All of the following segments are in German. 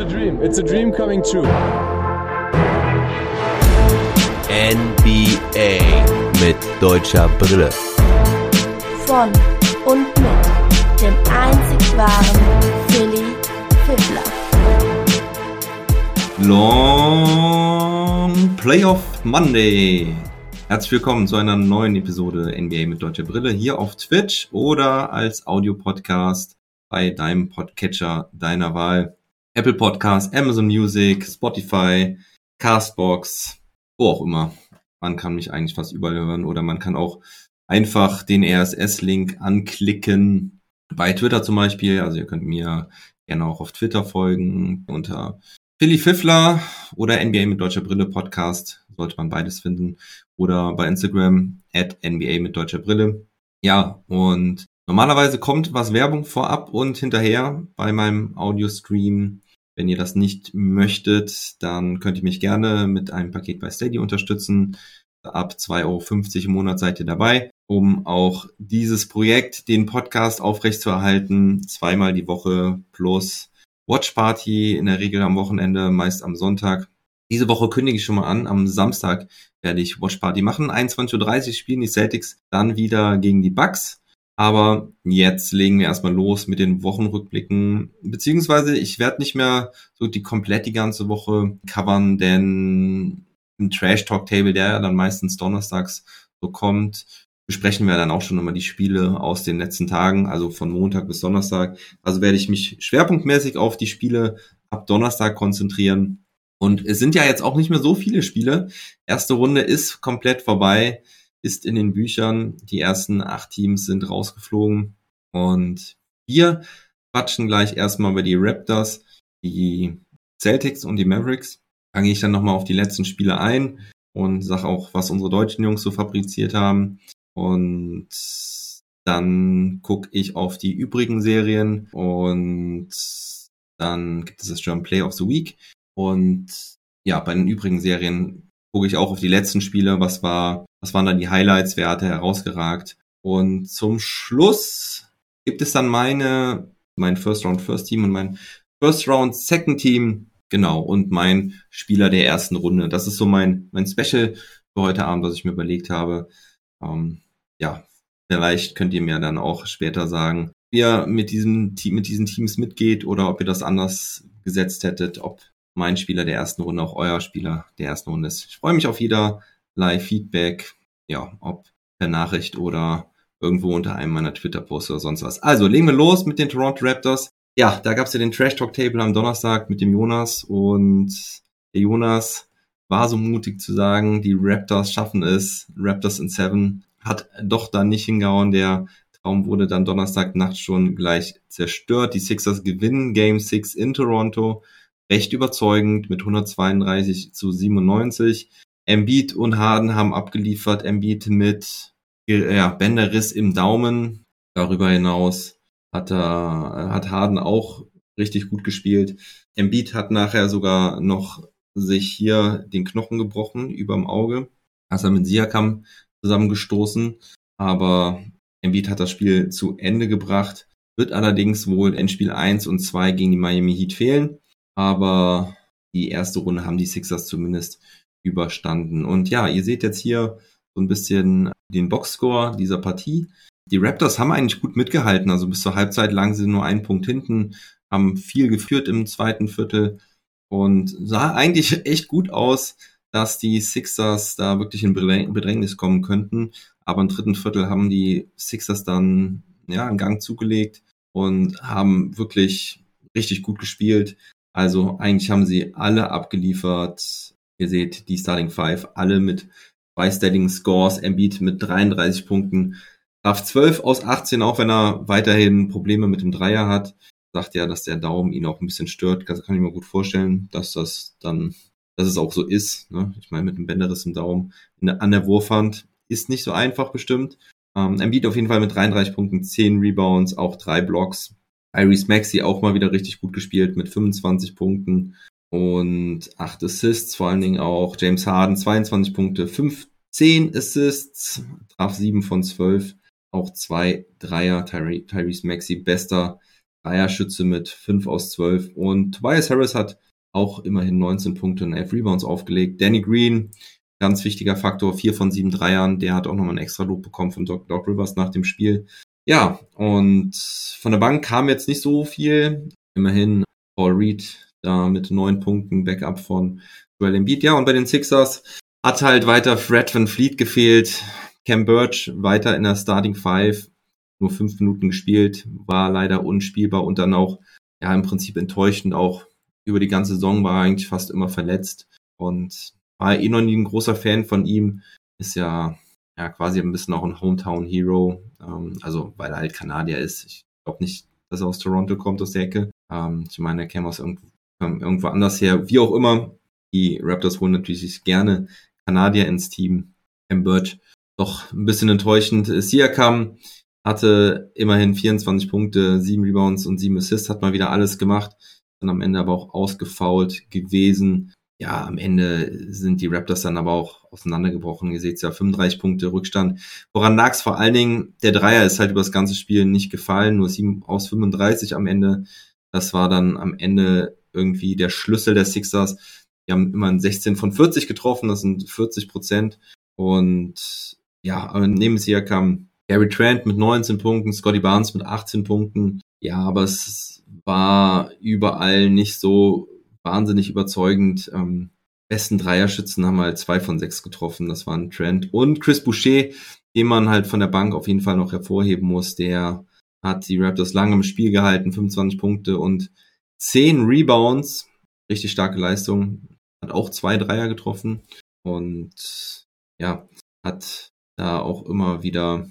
a dream. It's a dream coming true. NBA mit deutscher Brille. Von und mit dem einzig wahren Philly Fiddler. Long Playoff Monday. Herzlich willkommen zu einer neuen Episode NBA mit deutscher Brille hier auf Twitch oder als Audio-Podcast bei deinem Podcatcher deiner Wahl. Apple Podcast, Amazon Music, Spotify, Castbox, wo auch immer. Man kann mich eigentlich fast überall hören oder man kann auch einfach den RSS-Link anklicken. Bei Twitter zum Beispiel, also ihr könnt mir gerne auch auf Twitter folgen unter Philly Fiddler oder NBA mit deutscher Brille Podcast, sollte man beides finden. Oder bei Instagram @NBA mit deutscher Brille. Ja, und normalerweise kommt was Werbung vorab und hinterher bei meinem Audio-Stream. Wenn ihr das nicht möchtet, dann könnt ihr mich gerne mit einem Paket bei Steady unterstützen. Ab 2,50 € im Monat seid ihr dabei, um auch dieses Projekt, den Podcast aufrechtzuerhalten. 2-mal die Woche plus Watchparty, in der Regel am Wochenende, meist am Sonntag. Diese Woche kündige ich schon mal an. Am Samstag werde ich Watchparty machen. 21:30 Uhr spielen die Celtics dann wieder gegen die Bucks. Aber jetzt legen wir erstmal los mit den Wochenrückblicken. Beziehungsweise ich werde nicht mehr so die ganze Woche covern, denn im Trash Talk Table, der ja dann meistens donnerstags so kommt, besprechen wir dann auch schon immer die Spiele aus den letzten Tagen, also von Montag bis Donnerstag. Also werde ich mich schwerpunktmäßig auf die Spiele ab Donnerstag konzentrieren. Und es sind ja jetzt auch nicht mehr so viele Spiele. Erste Runde ist komplett vorbei, ist in den Büchern. Die ersten 8 Teams sind rausgeflogen. Und wir quatschen gleich erstmal über die Raptors, die Celtics und die Mavericks. Da gehe ich dann nochmal auf die letzten Spiele ein und sage auch, was unsere deutschen Jungs so fabriziert haben. Und dann gucke ich auf die übrigen Serien und dann gibt es das German Play of the Week. Und ja, bei den übrigen Serien gucke ich auch auf die letzten Spiele. Was waren da die Highlights? Wer hatte herausgeragt? Und zum Schluss gibt es dann mein First Round First Team und mein First Round Second Team. Genau. Und mein Spieler der ersten Runde. Das ist so mein Special für heute Abend, was ich mir überlegt habe. Ja, vielleicht könnt ihr mir dann auch später sagen, wie ihr mit diesen Teams mitgeht oder ob ihr das anders gesetzt hättet, ob mein Spieler der ersten Runde auch euer Spieler der ersten Runde ist. Ich freue mich auf Live-Feedback, ja, ob per Nachricht oder irgendwo unter einem meiner Twitter-Posts oder sonst was. Also, legen wir los mit den Toronto Raptors. Ja, da gab's ja den Trash-Talk-Table am Donnerstag mit dem Jonas und der Jonas war so mutig zu sagen, die Raptors schaffen es, Raptors in 7, hat doch dann nicht hingehauen, der Traum wurde dann Donnerstagnacht schon gleich zerstört. Die Sixers gewinnen Game 6 in Toronto, recht überzeugend mit 132:97. Embiid und Harden haben abgeliefert, Embiid mit Bänderriss im Daumen. Darüber hinaus hat Harden auch richtig gut gespielt. Embiid hat nachher sogar noch sich hier den Knochen gebrochen überm Auge. Ist er mit Siakam zusammengestoßen. Aber Embiid hat das Spiel zu Ende gebracht. Wird allerdings wohl in Spiel 1 und 2 gegen die Miami Heat fehlen. Aber die erste Runde haben die Sixers zumindest überstanden. Und ja, ihr seht jetzt hier so ein bisschen den Boxscore dieser Partie. Die Raptors haben eigentlich gut mitgehalten. Also bis zur Halbzeit lagen sie nur einen Punkt hinten, haben viel geführt im zweiten Viertel und sah eigentlich echt gut aus, dass die Sixers da wirklich in Bedrängnis kommen könnten. Aber im dritten Viertel haben die Sixers dann einen Gang zugelegt und haben wirklich richtig gut gespielt. Also eigentlich haben sie alle abgeliefert. Ihr seht die Starting Five, alle mit zweistelligen Scores. Embiid mit 33 Punkten. Traf 12 aus 18, auch wenn er weiterhin Probleme mit dem Dreier hat. Sagt ja, dass der Daumen ihn auch ein bisschen stört. Das kann ich mir gut vorstellen, dass es auch so ist. Ne? Ich meine, mit dem Bänderriss im Daumen an der Wurfhand ist nicht so einfach bestimmt. Embiid auf jeden Fall mit 33 Punkten, 10 Rebounds, auch 3 Blocks. Tyrese Maxey auch mal wieder richtig gut gespielt mit 25 Punkten und 8 Assists, vor allen Dingen auch James Harden, 22 Punkte, 15 Assists, traf 7 von 12, auch 2 Dreier, Tyrese Maxey bester Dreierschütze mit 5 aus 12. Und Tobias Harris hat auch immerhin 19 Punkte und 11 Rebounds aufgelegt. Danny Green, ganz wichtiger Faktor, 4 von 7 Dreiern. Der hat auch nochmal einen extra Lob bekommen von Doc Rivers nach dem Spiel. Ja, und von der Bank kam jetzt nicht so viel. Immerhin Paul Reed da mit 9 Punkten, Backup von Joel Embiid. Ja, und bei den Sixers hat halt weiter Fred VanVleet gefehlt. Cam Birch weiter in der Starting Five. Nur 5 Minuten gespielt, war leider unspielbar und dann auch, ja, im Prinzip enttäuschend auch über die ganze Saison, war eigentlich fast immer verletzt und war noch nie ein großer Fan von ihm, ist ja quasi ein bisschen auch ein Hometown-Hero, also weil er halt Kanadier ist. Ich glaube nicht, dass er aus Toronto kommt, aus der Ecke. Ich meine, er käme aus irgendwo anders her. Wie auch immer, die Raptors holen natürlich gerne Kanadier ins Team. Cam Birch doch ein bisschen enttäuschend. Siakam hatte immerhin 24 Punkte, 7 Rebounds und 7 Assists, hat mal wieder alles gemacht, dann am Ende aber auch ausgefoult gewesen. Ja, am Ende sind die Raptors dann aber auch auseinandergebrochen. Ihr seht ja, 35 Punkte Rückstand. Woran lag es vor allen Dingen? Der Dreier ist halt über das ganze Spiel nicht gefallen, nur 7 aus 35 am Ende. Das war dann am Ende irgendwie der Schlüssel der Sixers. Die haben immerhin 16 von 40 getroffen, das sind 40%. Und ja, aber neben Siakam Gary Trent mit 19 Punkten, Scotty Barnes mit 18 Punkten. Ja, aber es war überall nicht so wahnsinnig überzeugend. Besten Dreierschützen haben halt 2 von 6 getroffen. Das waren Trent und Chris Boucher, den man halt von der Bank auf jeden Fall noch hervorheben muss. Der hat die Raptors lange im Spiel gehalten, 25 Punkte und 10 Rebounds. Richtig starke Leistung. Hat auch 2 Dreier getroffen und ja, hat da auch immer wieder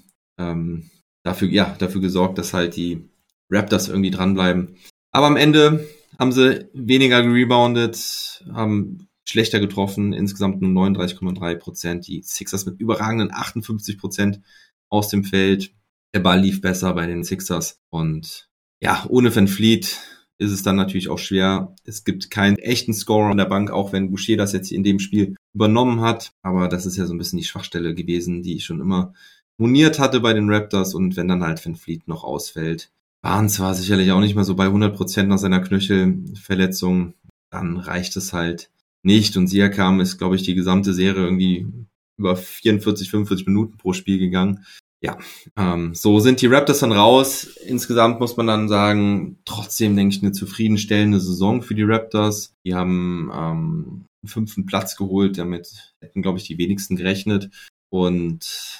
dafür gesorgt, dass halt die Raptors irgendwie dranbleiben. Aber am Ende haben sie weniger gereboundet, haben schlechter getroffen, insgesamt nur 39,3%. Die Sixers mit überragenden 58% aus dem Feld. Der Ball lief besser bei den Sixers. Und ja, ohne VanVleet ist es dann natürlich auch schwer. Es gibt keinen echten Scorer an der Bank, auch wenn Boucher das jetzt in dem Spiel übernommen hat. Aber das ist ja so ein bisschen die Schwachstelle gewesen, die ich schon immer moniert hatte bei den Raptors. Und wenn dann halt VanVleet noch ausfällt, Barnes war sicherlich auch nicht mehr so bei 100% nach seiner Knöchelverletzung, dann reicht es halt nicht. Und Siakam ist, glaube ich, die gesamte Serie irgendwie über 44, 45 Minuten pro Spiel gegangen. Ja, so sind die Raptors dann raus. Insgesamt muss man dann sagen, trotzdem denke ich eine zufriedenstellende Saison für die Raptors. Die haben einen 5. Platz geholt, damit hätten, glaube ich, die wenigsten gerechnet. Und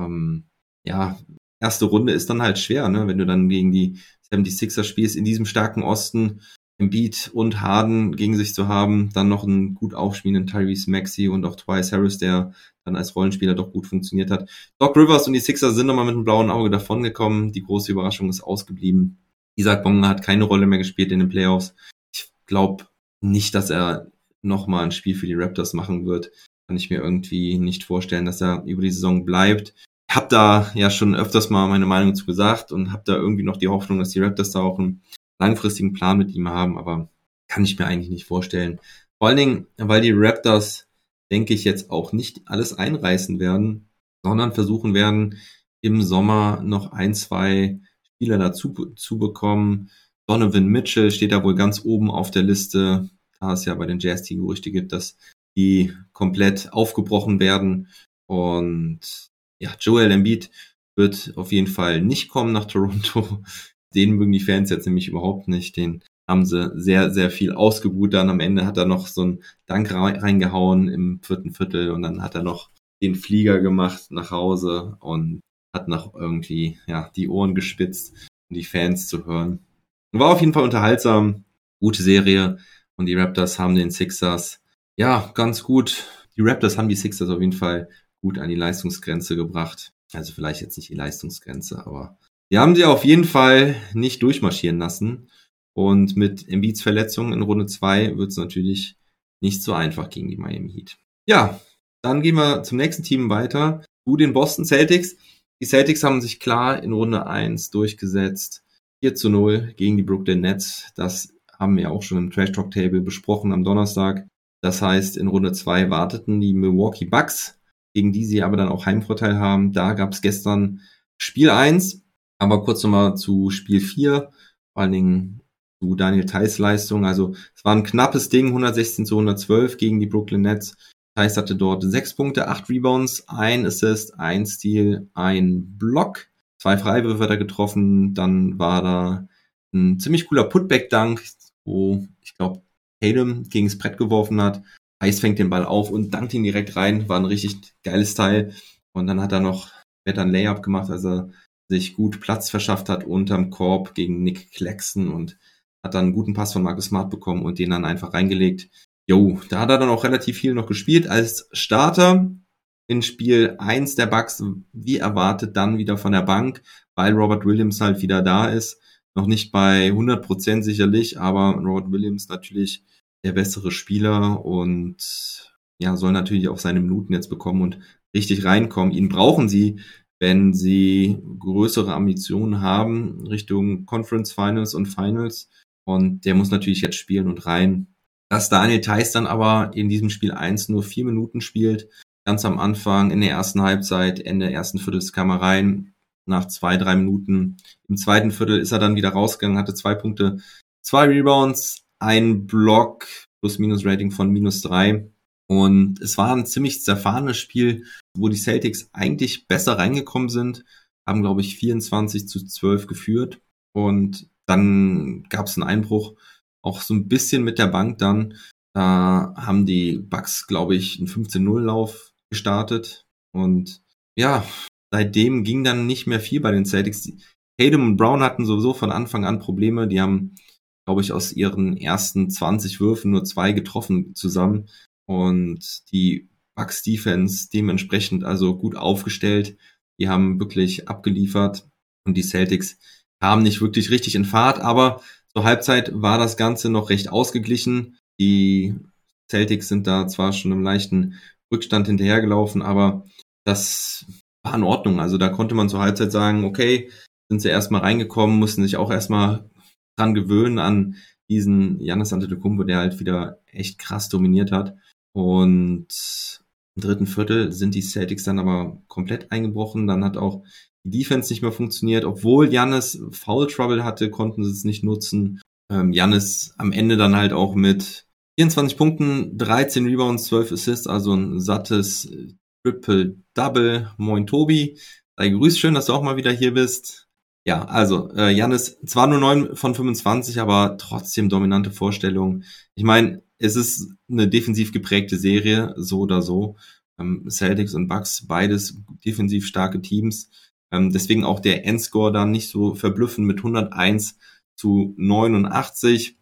erste Runde ist dann halt schwer, ne? Wenn du dann gegen die 76er spielst, in diesem starken Osten, Embiid und Harden gegen sich zu haben, dann noch einen gut aufspielenden Tyrese Maxey und auch Tobias Harris, der dann als Rollenspieler doch gut funktioniert hat. Doc Rivers und die Sixers sind nochmal mit einem blauen Auge davongekommen. Die große Überraschung ist ausgeblieben. Isaac Bonga hat keine Rolle mehr gespielt in den Playoffs. Ich glaube nicht, dass er nochmal ein Spiel für die Raptors machen wird. Kann ich mir irgendwie nicht vorstellen, dass er über die Saison bleibt. Ich habe da ja schon öfters mal meine Meinung zu gesagt und habe da irgendwie noch die Hoffnung, dass die Raptors da auch einen langfristigen Plan mit ihm haben, aber kann ich mir eigentlich nicht vorstellen. Vor allen Dingen, weil die Raptors, denke ich, jetzt auch nicht alles einreißen werden, sondern versuchen werden, im Sommer noch 1, 2 Spieler dazu zu bekommen. Donovan Mitchell steht da wohl ganz oben auf der Liste, da es ja bei den Jazz die Gerüchte gibt, dass die komplett aufgebrochen werden. Und ja, Joel Embiid wird auf jeden Fall nicht kommen nach Toronto. Den mögen die Fans jetzt nämlich überhaupt nicht. Den haben sie sehr, sehr viel ausgebuht. Dann am Ende hat er noch so einen Dank reingehauen im 4. Viertel und dann hat er noch den Flieger gemacht nach Hause und hat noch irgendwie die Ohren gespitzt, um die Fans zu hören. War auf jeden Fall unterhaltsam. Gute Serie und die Raptors haben den Sixers ganz gut. Die Raptors haben die Sixers auf jeden Fall gut an die Leistungsgrenze gebracht. Also vielleicht jetzt nicht die Leistungsgrenze, aber die haben sie auf jeden Fall nicht durchmarschieren lassen. Und mit Embiids Verletzung in Runde 2 wird es natürlich nicht so einfach gegen die Miami Heat. Ja, dann gehen wir zum nächsten Team weiter. Zu den Boston Celtics. Die Celtics haben sich klar in Runde 1 durchgesetzt. 4-0 gegen die Brooklyn Nets. Das haben wir auch schon im Trash Talk Table besprochen am Donnerstag. Das heißt, in Runde 2 warteten die Milwaukee Bucks, gegen die sie aber dann auch Heimvorteil haben. Da gab es gestern Spiel 1. Aber kurz nochmal zu Spiel 4 vor allen Dingen zu Daniel Theis Leistung. Also es war ein knappes Ding, 116-112 gegen die Brooklyn Nets. Theis hatte dort 6 Punkte, 8 Rebounds, 1 Assist, 1 Steal, 1 Block, 2 Freiwürfe hat er getroffen. Dann war da ein ziemlich cooler Putback-Dunk, wo ich glaube Tatum gegen das Brett geworfen hat. Theis fängt den Ball auf und dankt ihn direkt rein. War ein richtig geiles Teil. Und dann hat er noch ein Layup gemacht, als er sich gut Platz verschafft hat unterm Korb gegen Nick Claxton und hat dann einen guten Pass von Marcus Smart bekommen und den dann einfach reingelegt. Jo, da hat er dann auch relativ viel noch gespielt als Starter in Spiel 1 der Bucks, wie erwartet, dann wieder von der Bank, weil Robert Williams halt wieder da ist. Noch nicht bei 100% sicherlich, aber Robert Williams natürlich der bessere Spieler und ja, soll natürlich auch seine Minuten jetzt bekommen und richtig reinkommen. Ihn brauchen sie, wenn sie größere Ambitionen haben Richtung Conference Finals und Finals. Und der muss natürlich jetzt spielen und rein. Dass Daniel Theis dann aber in diesem Spiel 1 nur 4 Minuten spielt, ganz am Anfang in der ersten Halbzeit, Ende ersten Viertels kam er rein, nach 2-3 Minuten. Im zweiten Viertel ist er dann wieder rausgegangen, hatte 2 Punkte, 2 Rebounds, 1 Block, Plus-Minus-Rating von -3. Und es war ein ziemlich zerfahrenes Spiel, wo die Celtics eigentlich besser reingekommen sind, haben, glaube ich, 24-12 geführt. Und dann gab es einen Einbruch, auch so ein bisschen mit der Bank dann. Da haben die Bucks, glaube ich, einen 15-0-Lauf gestartet. Und ja, seitdem ging dann nicht mehr viel bei den Celtics. Tatum und Brown hatten sowieso von Anfang an Probleme. Die haben, glaube ich, aus ihren ersten 20 Würfen nur 2 getroffen zusammen. Und die Bucks Defense dementsprechend also gut aufgestellt. Die haben wirklich abgeliefert. Und die Celtics kamen nicht wirklich richtig in Fahrt, aber zur Halbzeit war das Ganze noch recht ausgeglichen. Die Celtics sind da zwar schon im leichten Rückstand hinterhergelaufen, aber das war in Ordnung. Also da konnte man zur Halbzeit sagen, okay, sind sie erstmal reingekommen, mussten sich auch erstmal dran gewöhnen an diesen Giannis Antetokounmpo, der halt wieder echt krass dominiert hat. Und im dritten Viertel sind die Celtics dann aber komplett eingebrochen. Dann hat auch die Defense nicht mehr funktioniert. Obwohl Giannis Foul Trouble hatte, konnten sie es nicht nutzen. Giannis am Ende dann halt auch mit 24 Punkten, 13 Rebounds, 12 Assists, also ein sattes Triple-Double. Moin Tobi, sei gegrüßt, schön, dass du auch mal wieder hier bist. Ja, also Giannis zwar nur 9 von 25, aber trotzdem dominante Vorstellung. Ich meine, es ist eine defensiv geprägte Serie, so oder so. Celtics und Bucks, beides defensiv starke Teams. Deswegen auch der Endscore da nicht so verblüffend mit 101-89.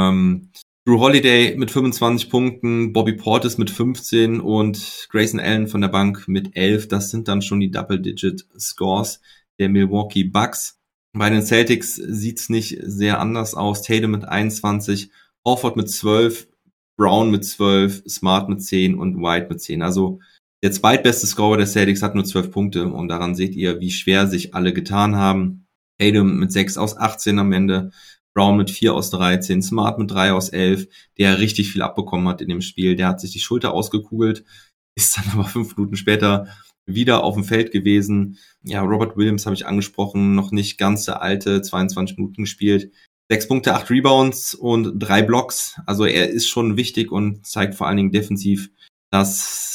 Drew Holiday mit 25 Punkten, Bobby Portis mit 15 und Grayson Allen von der Bank mit 11. Das sind dann schon die Double-Digit-Scores der Milwaukee Bucks. Bei den Celtics sieht's nicht sehr anders aus. Tatum mit 21, Horford mit 12, Brown mit 12, Smart mit 10 und White mit 10. Also der zweitbeste Scorer der Celtics hat nur 12 Punkte und daran seht ihr, wie schwer sich alle getan haben. Tatum mit 6 aus 18 am Ende, Brown mit 4 aus 13, Smart mit 3 aus 11, der richtig viel abbekommen hat in dem Spiel. Der hat sich die Schulter ausgekugelt, ist dann aber 5 Minuten später wieder auf dem Feld gewesen. Ja, Robert Williams habe ich angesprochen, noch nicht ganz der alte, 22 Minuten gespielt. 6 Punkte, 8 Rebounds und 3 Blocks. Also er ist schon wichtig und zeigt vor allen Dingen defensiv, dass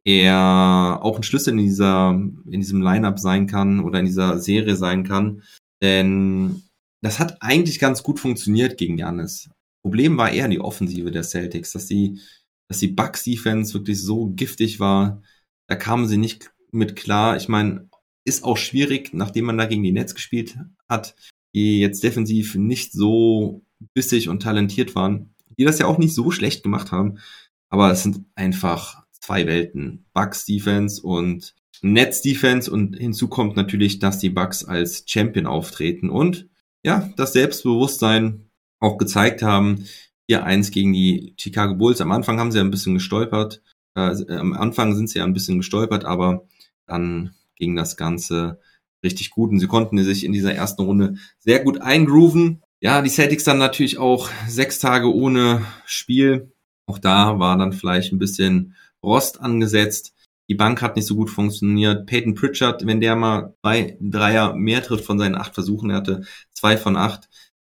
er auch ein Schlüssel in diesem Lineup sein kann oder in dieser Serie sein kann. Denn das hat eigentlich ganz gut funktioniert gegen Giannis. Problem war eher die Offensive der Celtics, dass die Bucks-Defense wirklich so giftig war. Da kamen sie nicht mit klar. Ich meine, ist auch schwierig, nachdem man da gegen die Nets gespielt hat, die jetzt defensiv nicht so bissig und talentiert waren, die das ja auch nicht so schlecht gemacht haben. Aber es sind einfach 2 Welten. Bucks Defense und Nets Defense und hinzu kommt natürlich, dass die Bucks als Champion auftreten und ja, das Selbstbewusstsein auch gezeigt haben. 4-1 gegen die Chicago Bulls. Am Anfang haben sie ein bisschen gestolpert. Am Anfang sind sie ein bisschen gestolpert, aber dann ging das Ganze richtig gut und sie konnten sich in dieser ersten Runde sehr gut eingrooven. Ja, die Celtics dann natürlich auch 6 Tage ohne Spiel. Auch da war dann vielleicht ein bisschen Rost angesetzt. Die Bank hat nicht so gut funktioniert. Peyton Pritchard, wenn der mal 2 Dreier mehr trifft von seinen 8 Versuchen, er hatte 2 von 8,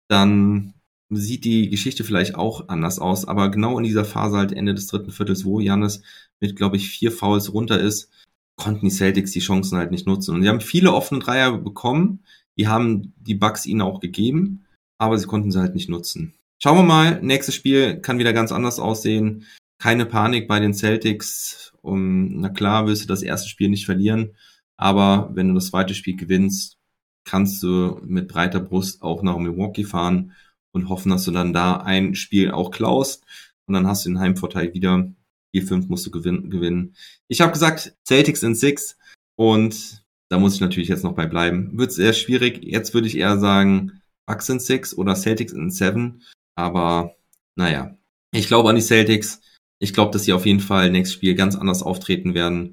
dann sieht die Geschichte vielleicht auch anders aus. Aber genau in dieser Phase halt Ende des dritten Viertels, wo Giannis mit, glaube ich, 4 Fouls runter ist, konnten die Celtics die Chancen halt nicht nutzen. Und sie haben viele offene Dreier bekommen. Die haben die Bucks ihnen auch gegeben, aber sie konnten sie halt nicht nutzen. Schauen wir mal, nächstes Spiel kann wieder ganz anders aussehen. Keine Panik bei den Celtics. Na klar, willst du das erste Spiel nicht verlieren, aber wenn du das zweite Spiel gewinnst, kannst du mit breiter Brust auch nach Milwaukee fahren und hoffen, dass du dann da ein Spiel auch klaust. Und dann hast du den Heimvorteil wieder. 4-5 musst du gewinnen. Ich habe gesagt, Celtics in 6 und da muss ich natürlich jetzt noch bei bleiben. Wird sehr schwierig. Jetzt würde ich eher sagen, Bucks in 6 oder Celtics in 7. Aber naja, ich glaube an die Celtics. Ich glaube, dass sie auf jeden Fall nächstes Spiel ganz anders auftreten werden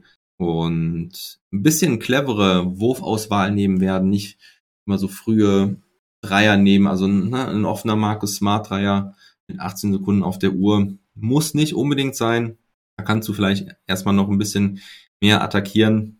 und ein bisschen clevere Wurfauswahl nehmen werden. Nicht immer so frühe Dreier nehmen. Also ein offener Marcus Smart Dreier mit 18 Sekunden auf der Uhr muss nicht unbedingt sein. Da kannst du vielleicht erstmal noch ein bisschen mehr attackieren.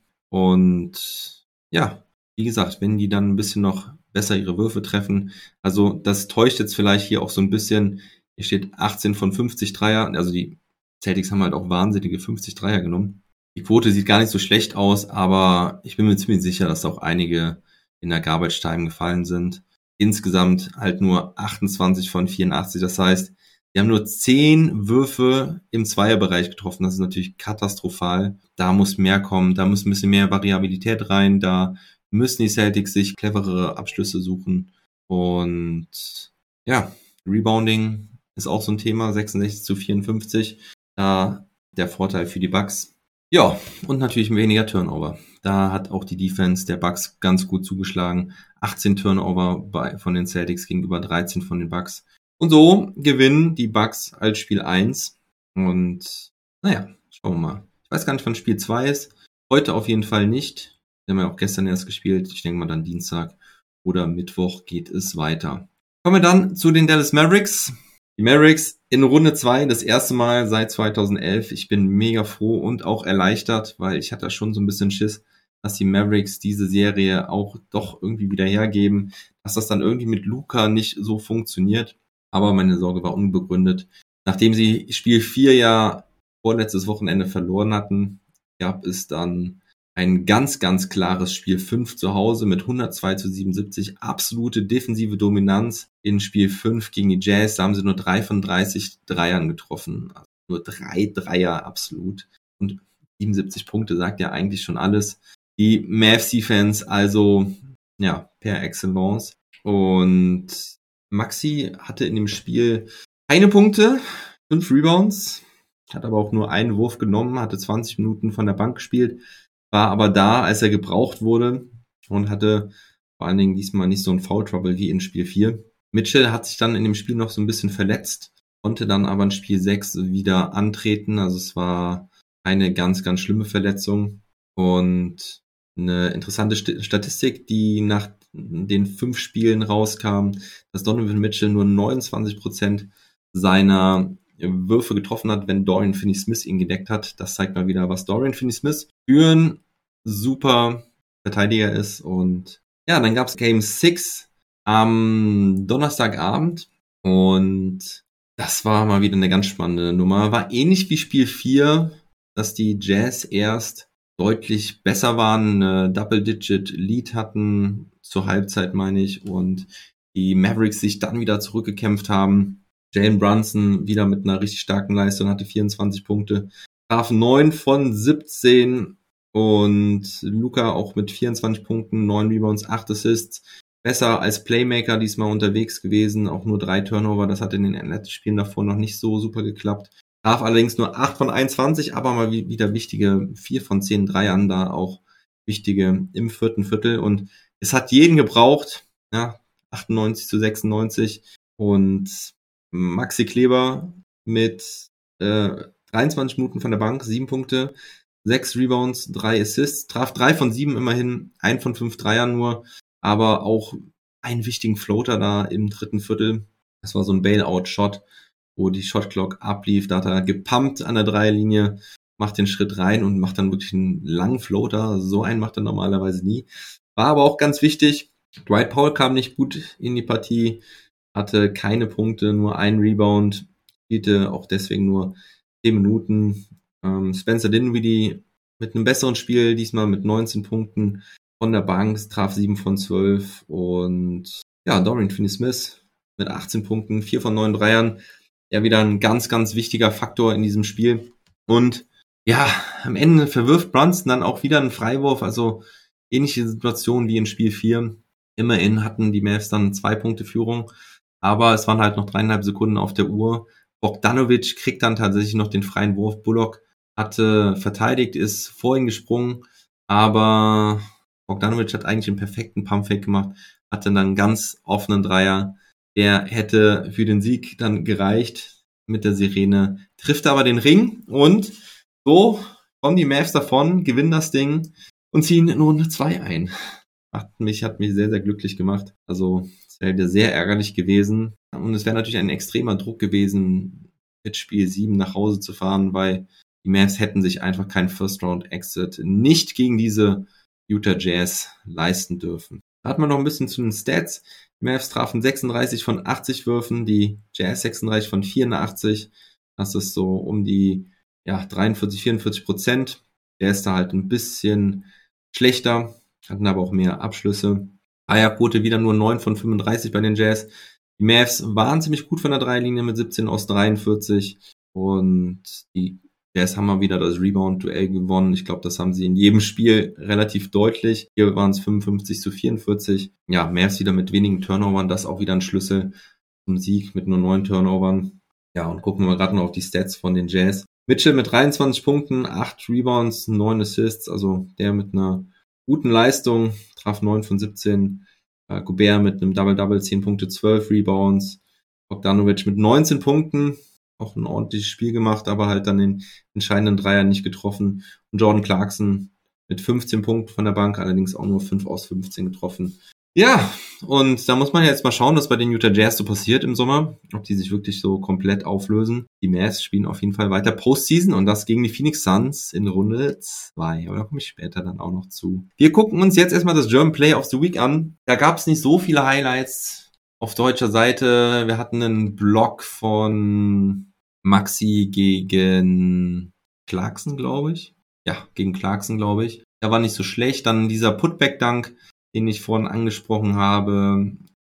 Und ja, wie gesagt, wenn die dann ein bisschen noch besser ihre Würfe treffen. Also das täuscht jetzt vielleicht hier auch so ein bisschen. Hier steht 18 von 50 Dreier. Also die Celtics haben halt auch wahnsinnige 50 Dreier genommen. Die Quote sieht gar nicht so schlecht aus, aber ich bin mir ziemlich sicher, dass auch einige in der Garbage Time gefallen sind. Insgesamt halt nur 28 von 84. Das heißt, die haben nur 10 Würfe im Zweierbereich getroffen. Das ist natürlich katastrophal. Da muss mehr kommen. Da muss ein bisschen mehr Variabilität rein. Da müssen die Celtics sich cleverere Abschlüsse suchen. Und ja, Rebounding ist auch so ein Thema. 66-54. Da der Vorteil für die Bucks. Ja, und natürlich weniger Turnover. Da hat auch die Defense der Bucks ganz gut zugeschlagen. 18 Turnover von den Celtics gegenüber 13 von den Bucks. Und so gewinnen die Bucks als Spiel 1. Und naja, schauen wir mal. Ich weiß gar nicht, wann Spiel 2 ist. Heute auf jeden Fall nicht. Wir haben ja auch gestern erst gespielt. Ich denke mal dann Dienstag oder Mittwoch geht es weiter. Kommen wir dann zu den Dallas Mavericks. Die Mavericks in Runde 2, das erste Mal seit 2011. Ich bin mega froh und auch erleichtert, weil ich hatte schon so ein bisschen Schiss, dass die Mavericks diese Serie auch doch irgendwie wieder hergeben, dass das dann irgendwie mit Luka nicht so funktioniert. Aber meine Sorge war unbegründet. Nachdem sie Spiel 4 ja vorletztes Wochenende verloren hatten, gab es dann ein ganz, ganz klares Spiel 5 zu Hause mit 102-77. Absolute defensive Dominanz in Spiel 5 gegen die Jazz. Da haben sie nur 3 von 30 Dreiern getroffen. Also nur 3 Dreier absolut. Und 77 Punkte sagt ja eigentlich schon alles. Die Mavs-Fans also, ja, per Excellence. Und Maxi hatte in dem Spiel keine Punkte, 5 Rebounds, hat aber auch nur einen Wurf genommen, hatte 20 Minuten von der Bank gespielt, war aber da, als er gebraucht wurde und hatte vor allen Dingen diesmal nicht so ein Foul-Trouble wie in Spiel 4. Mitchell hat sich dann in dem Spiel noch so ein bisschen verletzt, konnte dann aber in Spiel 6 wieder antreten, also es war eine ganz, ganz schlimme Verletzung und eine interessante Statistik, die nach den 5 Spielen rauskam, dass Donovan Mitchell nur 29% seiner Würfe getroffen hat, wenn Dorian Finney-Smith ihn gedeckt hat. Das zeigt mal wieder, was Dorian Finney-Smith für ein super Verteidiger ist. Und ja, dann gab es Game 6 am Donnerstagabend und das war mal wieder eine ganz spannende Nummer. War ähnlich wie Spiel 4, dass die Jazz erst deutlich besser waren, eine Double-Digit-Lead hatten, zur Halbzeit meine ich, und die Mavericks sich dann wieder zurückgekämpft haben. Jalen Brunson wieder mit einer richtig starken Leistung, hatte 24 Punkte, traf 9 von 17 und Luka auch mit 24 Punkten, 9 Rebounds, 8 Assists. Besser als Playmaker diesmal unterwegs gewesen, auch nur 3 Turnover, das hat in den letzten Spielen davor noch nicht so super geklappt. Traf allerdings nur 8 von 21, aber mal wieder wichtige 4 von 10 Dreiern, da auch wichtige im vierten Viertel. Und es hat jeden gebraucht, ja, 98-96. Und Maxi Kleber mit 23 Minuten von der Bank, 7 Punkte, 6 Rebounds, 3 Assists, traf 3 von 7 immerhin, 1 von 5 Dreiern nur, aber auch einen wichtigen Floater da im dritten Viertel. Das war so ein Bailout-Shot, wo die Shotclock ablief, da hat er gepumpt an der Dreierlinie, macht den Schritt rein und macht dann wirklich einen langen Floater. So einen macht er normalerweise nie. War aber auch ganz wichtig. Dwight Powell kam nicht gut in die Partie, hatte keine Punkte, nur einen Rebound, spielte auch deswegen nur 10 Minuten. Spencer Dinwiddie mit einem besseren Spiel, diesmal mit 19 Punkten von der Bank, traf 7 von 12 und ja, Dorian Finney-Smith mit 18 Punkten, 4 von 9 Dreiern. Ja, wieder ein ganz, ganz wichtiger Faktor in diesem Spiel. Und ja, am Ende verwirft Brunson dann auch wieder einen Freiwurf, also ähnliche Situation wie in Spiel 4. Immerhin hatten die Mavs dann 2 Punkte Führung, aber es waren halt noch 3,5 Sekunden auf der Uhr. Bogdanovic kriegt dann tatsächlich noch den freien Wurf. Bullock hatte verteidigt, ist vor ihn gesprungen, aber Bogdanovic hat eigentlich einen perfekten Pumpfake gemacht, hatte dann einen ganz offenen Dreier. Der hätte für den Sieg dann gereicht mit der Sirene, trifft aber den Ring und so kommen die Mavs davon, gewinnen das Ding und ziehen in Runde 2 ein. Hat mich sehr, sehr glücklich gemacht. Also es wäre sehr ärgerlich gewesen und es wäre natürlich ein extremer Druck gewesen, mit Spiel 7 nach Hause zu fahren, weil die Mavs hätten sich einfach keinen First-Round-Exit nicht gegen diese Utah Jazz leisten dürfen. Da hat man noch ein bisschen zu den Stats. Die Mavs trafen 36 von 80 Würfen, die Jazz 36 von 84. Das ist so um die 43-44%. Der ist da halt ein bisschen schlechter, hatten aber auch mehr Abschlüsse. Dreierquote wieder nur 9 von 35 bei den Jazz. Die Mavs waren ziemlich gut von der Dreierlinie mit 17 aus 43 und die Jazz haben mal wieder das Rebound-Duell gewonnen. Ich glaube, das haben sie in jedem Spiel relativ deutlich. Hier waren es 55-44. Ja, Mavs wieder mit wenigen Turnovern. Das auch wieder ein Schlüssel zum Sieg mit nur 9 Turnovern. Ja, und gucken wir gerade noch auf die Stats von den Jazz. Mitchell mit 23 Punkten, 8 Rebounds, 9 Assists. Also der mit einer guten Leistung, traf 9 von 17. Gobert mit einem Double-Double, 10 Punkte, 12 Rebounds. Bogdanovic mit 19 Punkten. Auch ein ordentliches Spiel gemacht, aber halt dann den entscheidenden Dreier nicht getroffen. Und Jordan Clarkson mit 15 Punkten von der Bank, allerdings auch nur 5 aus 15 getroffen. Ja, und da muss man jetzt mal schauen, was bei den Utah Jazz so passiert im Sommer, ob die sich wirklich so komplett auflösen. Die Mavs spielen auf jeden Fall weiter Postseason und das gegen die Phoenix Suns in Runde 2. Aber da komme ich später dann auch noch zu. Wir gucken uns jetzt erstmal das German Play of the Week an. Da gab es nicht so viele Highlights auf deutscher Seite. Wir hatten einen Block von Maxi gegen Clarkson, glaube ich. Ja, gegen Clarkson, glaube ich. Der war nicht so schlecht. Dann dieser Putback-Dunk, den ich vorhin angesprochen habe,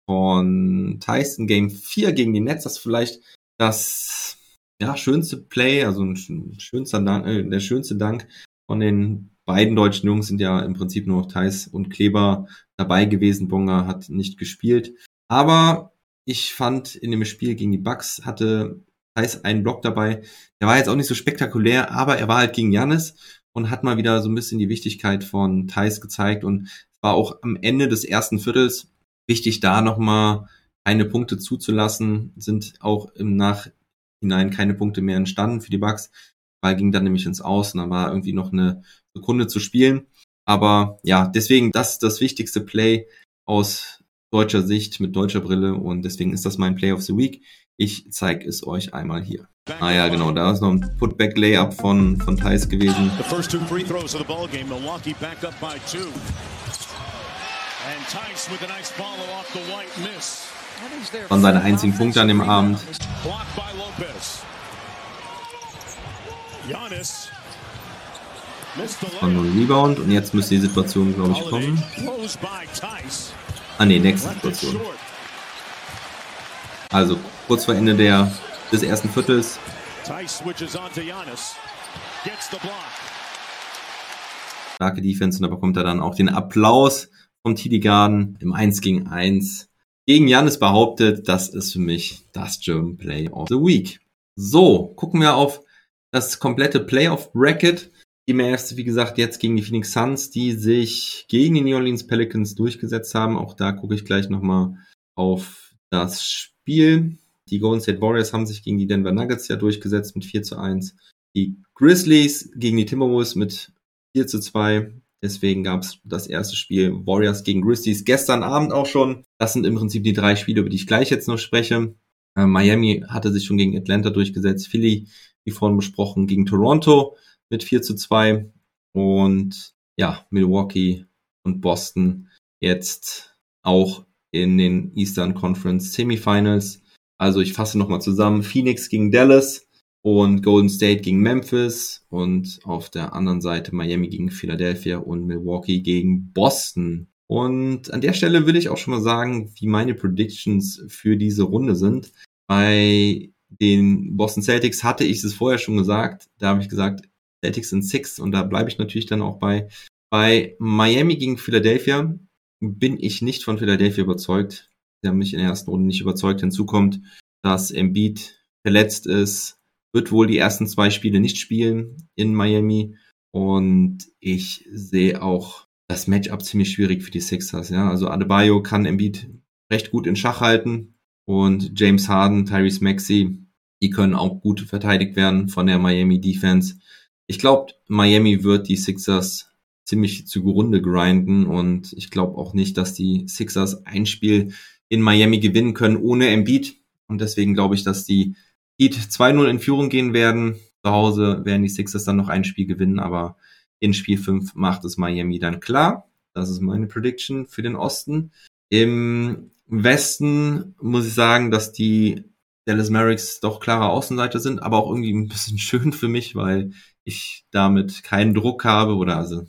von Tyson Game 4 gegen die Nets. Das ist vielleicht das schönste Play, also der schönste Dunk von den beiden deutschen Jungs. Sind ja im Prinzip nur noch Theis und Kleber dabei gewesen. Bonga hat nicht gespielt. Aber ich fand, in dem Spiel gegen die Bucks hatte Theis einen Block dabei. Der war jetzt auch nicht so spektakulär, aber er war halt gegen Giannis und hat mal wieder so ein bisschen die Wichtigkeit von Theis gezeigt. Und es war auch am Ende des ersten Viertels wichtig, da nochmal keine Punkte zuzulassen. Sind auch im Nachhinein keine Punkte mehr entstanden für die Bucks. Weil ging dann nämlich ins Aus und dann war irgendwie noch eine Sekunde zu spielen. Aber ja, deswegen das wichtigste Play aus deutscher Sicht, mit deutscher Brille und deswegen ist das mein Play of the Week. Ich zeige es euch einmal hier. Ah ja, genau, da ist noch ein Putback-Layup von Theis gewesen. The first 2 free throws of the ball game. Milwaukee back up by 2. And Theis with a nice follow off the white miss. Waren seine einzigen Punkte an dem Abend. Blocked by Lopez. Giannis. Von nur Rebound und jetzt müsste die Situation, glaube ich, kommen. Nächste Situation. Also kurz vor Ende des ersten Viertels. Starke Defense und da bekommt er dann auch den Applaus vom TD Garden im 1 gegen 1. Gegen Giannis behauptet, das ist für mich das German Play of the Week. So, gucken wir auf das komplette Playoff Bracket. Die Mavs, wie gesagt, jetzt gegen die Phoenix Suns, die sich gegen die New Orleans Pelicans durchgesetzt haben. Auch da gucke ich gleich nochmal auf das Spiel. Die Golden State Warriors haben sich gegen die Denver Nuggets ja durchgesetzt mit 4-1. Die Grizzlies gegen die Timberwolves mit 4-2. Deswegen gab es das erste Spiel Warriors gegen Grizzlies gestern Abend auch schon. Das sind im Prinzip die 3 Spiele, über die ich gleich jetzt noch spreche. Miami hatte sich schon gegen Atlanta durchgesetzt. Philly, wie vorhin besprochen, gegen Toronto mit 4-2 und ja, Milwaukee und Boston jetzt auch in den Eastern Conference Semifinals. Also ich fasse nochmal zusammen. Phoenix gegen Dallas und Golden State gegen Memphis und auf der anderen Seite Miami gegen Philadelphia und Milwaukee gegen Boston. Und an der Stelle will ich auch schon mal sagen, wie meine Predictions für diese Runde sind. Bei den Boston Celtics hatte ich es vorher schon gesagt. Da habe ich gesagt, Celtics in 6 und da bleibe ich natürlich dann auch bei. Bei Miami gegen Philadelphia bin ich nicht von Philadelphia überzeugt. Sie haben mich in der ersten Runde nicht überzeugt. Hinzu kommt, dass Embiid verletzt ist, wird wohl die ersten 2 Spiele nicht spielen in Miami. Und ich sehe auch das Matchup ziemlich schwierig für die Sixers. Ja? Also Adebayo kann Embiid recht gut in Schach halten. Und James Harden, Tyrese Maxey, die können auch gut verteidigt werden von der Miami Defense. Ich glaube, Miami wird die Sixers ziemlich zugrunde grinden und ich glaube auch nicht, dass die Sixers ein Spiel in Miami gewinnen können ohne Embiid. Und deswegen glaube ich, dass die Heat 2-0 in Führung gehen werden. Zu Hause werden die Sixers dann noch ein Spiel gewinnen, aber in Spiel 5 macht es Miami dann klar. Das ist meine Prediction für den Osten. Im Westen muss ich sagen, dass die Dallas Mavericks doch klare Außenseiter sind, aber auch irgendwie ein bisschen schön für mich, weil ich damit keinen Druck habe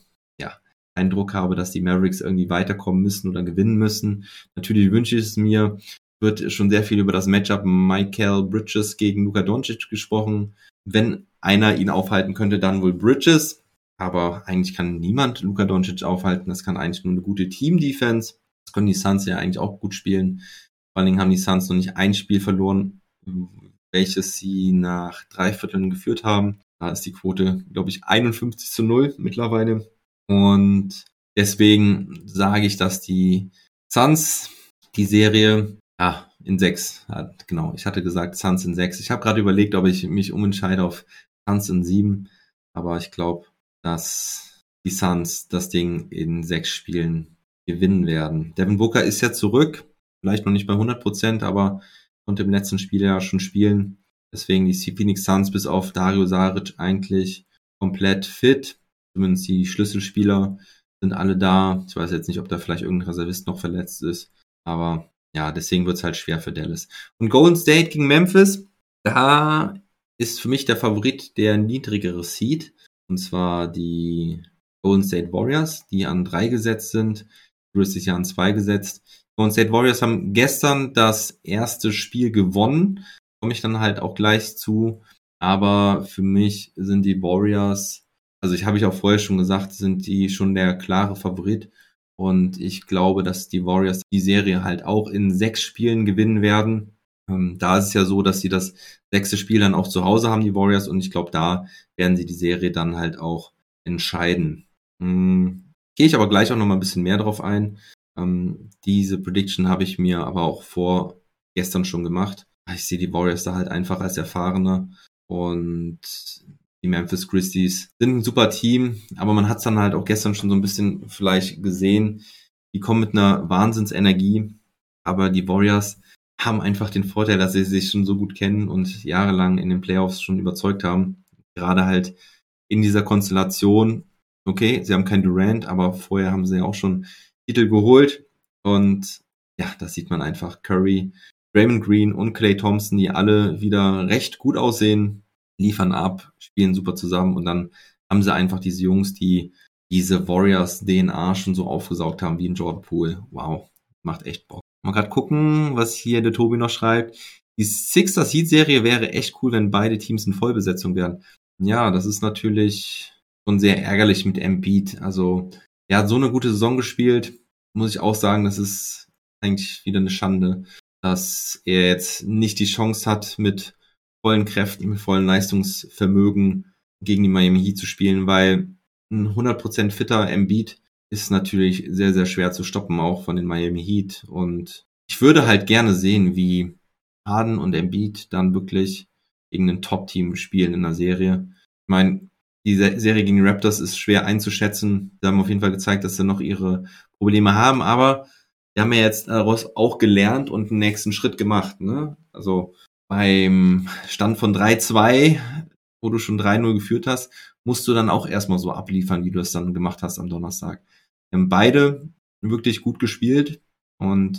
keinen Druck habe, dass die Mavericks irgendwie weiterkommen müssen oder gewinnen müssen. Natürlich wünsche ich es mir. Wird schon sehr viel über das Matchup Mikal Bridges gegen Luka Doncic gesprochen. Wenn einer ihn aufhalten könnte, dann wohl Bridges. Aber eigentlich kann niemand Luka Doncic aufhalten. Das kann eigentlich nur eine gute Team-Defense. Das können die Suns ja eigentlich auch gut spielen. Vor allen Dingen haben die Suns noch nicht ein Spiel verloren, welches sie nach 3 Vierteln geführt haben. Da ist die Quote, glaube ich, 51-0 mittlerweile. Und deswegen sage ich, dass die Suns die Serie in 6 hat. Genau, ich hatte gesagt Suns in 6. Ich habe gerade überlegt, ob ich mich umentscheide auf Suns in 7. Aber ich glaube, dass die Suns das Ding in 6 Spielen gewinnen werden. Devin Booker ist ja zurück. Vielleicht noch nicht bei 100%, aber konnte im letzten Spiel ja schon spielen. Deswegen die Phoenix Suns bis auf Dario Saric eigentlich komplett fit. Zumindest die Schlüsselspieler sind alle da. Ich weiß jetzt nicht, ob da vielleicht irgendein Reservist noch verletzt ist. Aber ja, deswegen wird es halt schwer für Dallas. Und Golden State gegen Memphis, da ist für mich der Favorit der niedrigere Seed. Und zwar die Golden State Warriors, die an 3 gesetzt sind. Grizzlies ja an 2 gesetzt. Golden State Warriors haben gestern das erste Spiel gewonnen. Komme ich dann halt auch gleich zu. Aber für mich sind die Warriors, also habe ich auch vorher schon gesagt, sind die schon der klare Favorit. Und ich glaube, dass die Warriors die Serie halt auch in 6 Spielen gewinnen werden. Da ist es ja so, dass sie das 6. Spiel dann auch zu Hause haben, die Warriors. Und ich glaube, da werden sie die Serie dann halt auch entscheiden. Gehe ich aber gleich auch noch mal ein bisschen mehr drauf ein. Diese Prediction habe ich mir aber auch vor gestern schon gemacht. Ich sehe die Warriors da halt einfach als erfahrener. Und die Memphis Grizzlies sind ein super Team, aber man hat es dann halt auch gestern schon so ein bisschen vielleicht gesehen. Die kommen mit einer Wahnsinnsenergie, aber die Warriors haben einfach den Vorteil, dass sie sich schon so gut kennen und jahrelang in den Playoffs schon überzeugt haben. Gerade halt in dieser Konstellation. Okay, sie haben keinen Durant, aber vorher haben sie ja auch schon Titel geholt. Und ja, das sieht man einfach. Curry, Draymond Green und Klay Thompson, die alle wieder recht gut aussehen, liefern ab, spielen super zusammen und dann haben sie einfach diese Jungs, die diese Warriors-DNA schon so aufgesaugt haben wie ein Jordan Poole. Wow, macht echt Bock. Mal gerade gucken, was hier der Tobi noch schreibt. Die Sixers Heat-Serie wäre echt cool, wenn beide Teams in Vollbesetzung wären. Ja, das ist natürlich schon sehr ärgerlich mit Embiid. Also, er hat so eine gute Saison gespielt, muss ich auch sagen, das ist eigentlich wieder eine Schande, dass er jetzt nicht die Chance hat, mit vollen Kräften, mit vollem Leistungsvermögen gegen die Miami Heat zu spielen, weil ein 100% fitter Embiid ist natürlich sehr, sehr schwer zu stoppen, auch von den Miami Heat. Und ich würde halt gerne sehen, wie Harden und Embiid dann wirklich gegen ein Top-Team spielen in der Serie. Ich meine, die Serie gegen die Raptors ist schwer einzuschätzen. Sie haben auf jeden Fall gezeigt, dass sie noch ihre Probleme haben, aber wir haben ja jetzt daraus auch gelernt und einen nächsten Schritt gemacht, ne? Also beim Stand von 3-2, wo du schon 3-0 geführt hast, musst du dann auch erstmal so abliefern, wie du es dann gemacht hast am Donnerstag. Wir haben beide wirklich gut gespielt und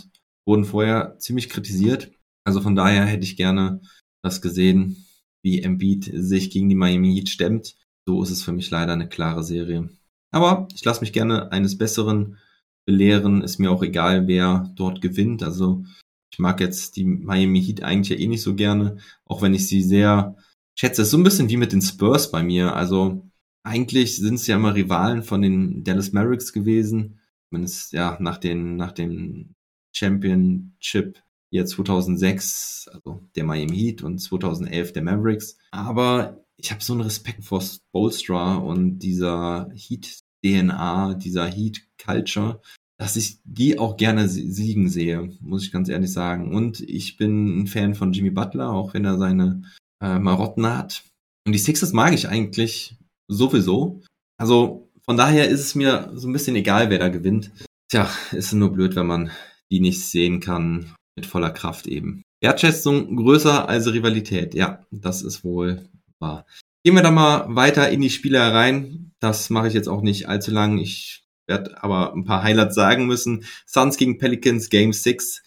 wurden vorher ziemlich kritisiert. Also von daher hätte ich gerne das gesehen, wie Embiid sich gegen die Miami Heat stemmt. So ist es für mich leider eine klare Serie. Aber ich lasse mich gerne eines Besseren belehren. Ist mir auch egal, wer dort gewinnt. Also ich mag jetzt die Miami Heat eigentlich ja eh nicht so gerne, auch wenn ich sie sehr schätze. Es ist so ein bisschen wie mit den Spurs bei mir. Also eigentlich sind es ja immer Rivalen von den Dallas Mavericks gewesen. Zumindest ja nach dem Championship hier 2006, also der Miami Heat, und 2011 der Mavericks. Aber ich habe so einen Respekt vor Spoelstra und dieser Heat-DNA, dieser Heat-Culture, dass ich die auch gerne siegen sehe, muss ich ganz ehrlich sagen. Und ich bin ein Fan von Jimmy Butler, auch wenn er seine Marotten hat. Und die Sixers mag ich eigentlich sowieso. Also von daher ist es mir so ein bisschen egal, wer da gewinnt. Tja, ist nur blöd, wenn man die nicht sehen kann mit voller Kraft eben. Wertschätzung größer als Rivalität. Ja, das ist wohl wahr. Gehen wir da mal weiter in die Spiele herein. Das mache ich jetzt auch nicht allzu lang. Ich werde aber ein paar Highlights sagen müssen. Suns gegen Pelicans, Game 6.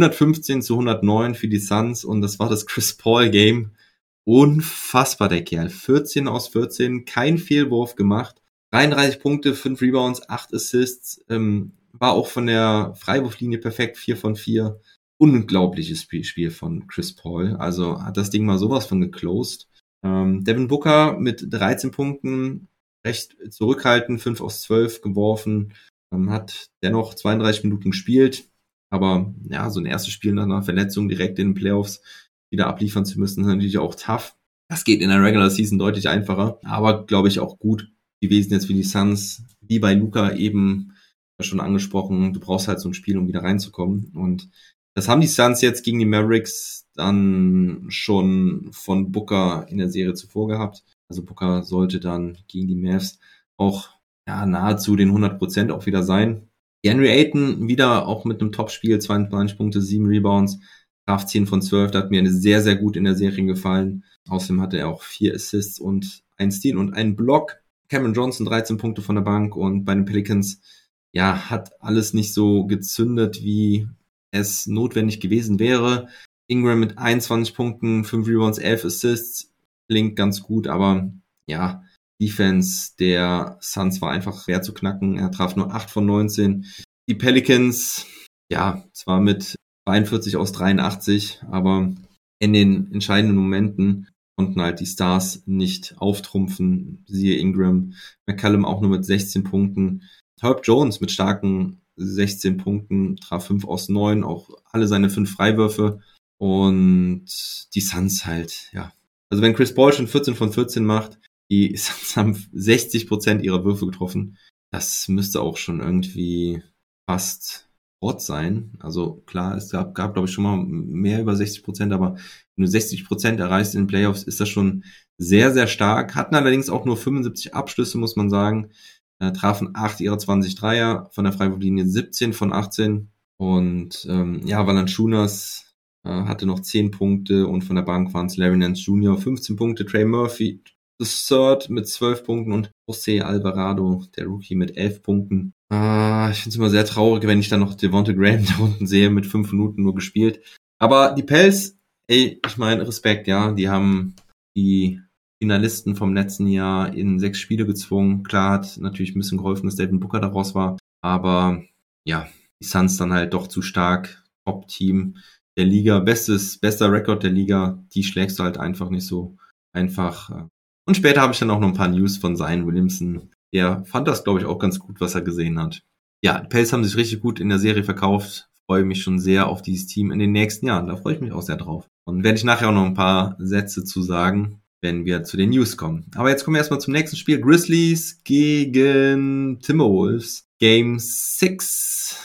115-109 für die Suns und das war das Chris Paul Game. Unfassbar, der Kerl. 14 aus 14, kein Fehlwurf gemacht. 33 Punkte, 5 Rebounds, 8 Assists. War auch von der Freiwurflinie perfekt, 4 von 4. Unglaubliches Spiel von Chris Paul. Also hat das Ding mal sowas von geclosed. Devin Booker mit 13 Punkten, recht zurückhaltend, 5 aus 12 geworfen. Hat dennoch 32 Minuten gespielt. Aber ja, so ein erstes Spiel nach einer Verletzung direkt in den Playoffs wieder abliefern zu müssen, ist natürlich auch tough. Das geht in der Regular Season deutlich einfacher, aber glaube ich auch gut gewesen jetzt für die Suns, wie bei Luka eben schon angesprochen. Du brauchst halt so ein Spiel, um wieder reinzukommen, und das haben die Suns jetzt gegen die Mavericks dann schon von Booker in der Serie zuvor gehabt. Also Booker sollte dann gegen die Mavs auch nahezu den 100% auch wieder sein. Henry Ayton wieder auch mit einem Top-Spiel, 22 Punkte, 7 Rebounds, traf 10 von 12, da hat mir sehr, sehr gut in der Serie gefallen. Außerdem hatte er auch 4 Assists und 1 Steal und einen Block. Cameron Johnson 13 Punkte von der Bank, und bei den Pelicans, hat alles nicht so gezündet, wie es notwendig gewesen wäre. Ingram mit 21 Punkten, 5 Rebounds, 11 Assists, klingt ganz gut, aber Defense der Suns war einfach schwer zu knacken. Er traf nur 8 von 19. Die Pelicans, zwar mit 42 aus 83, aber in den entscheidenden Momenten konnten halt die Stars nicht auftrumpfen. Siehe Ingram, McCallum auch nur mit 16 Punkten. Herb Jones mit starken 16 Punkten, traf 5 aus 9, auch alle seine 5 Freiwürfe. Und die Suns halt, Also wenn Chris Paul schon 14 von 14 macht, die Suns haben 60% ihrer Würfe getroffen. Das müsste auch schon irgendwie fast Ort sein. Also klar, es gab glaube ich schon mal mehr über 60%, aber wenn du 60% erreichst in den Playoffs, ist das schon sehr, sehr stark. Hatten allerdings auch nur 75 Abschlüsse, muss man sagen. Trafen 8 ihrer 20 Dreier, von der Freiwurflinie 17 von 18. Und Valanciunas hatte noch 10 Punkte, und von der Bank waren es Larry Nance Jr. 15 Punkte, Trey Murphy III mit 12 Punkten und Jose Alvarado, der Rookie, mit 11 Punkten. Ich finde es immer sehr traurig, wenn ich dann noch Devonta Graham da unten sehe, mit 5 Minuten nur gespielt. Aber die Pels, ich meine, Respekt, die haben die Finalisten vom letzten Jahr in 6 Spiele gezwungen. Klar hat natürlich ein bisschen geholfen, dass Devin Booker daraus war, aber die Suns dann halt doch zu stark. Top-Team der Liga, bester Rekord der Liga, die schlägst du halt einfach nicht so einfach. Und später habe ich dann auch noch ein paar News von Zion Williamson. Der fand das, glaube ich, auch ganz gut, was er gesehen hat. Die Pels haben sich richtig gut in der Serie verkauft. Freue mich schon sehr auf dieses Team in den nächsten Jahren. Da freue ich mich auch sehr drauf. Und werde ich nachher auch noch ein paar Sätze zu sagen, wenn wir zu den News kommen. Aber jetzt kommen wir erstmal zum nächsten Spiel. Grizzlies gegen Timberwolves. Game 6.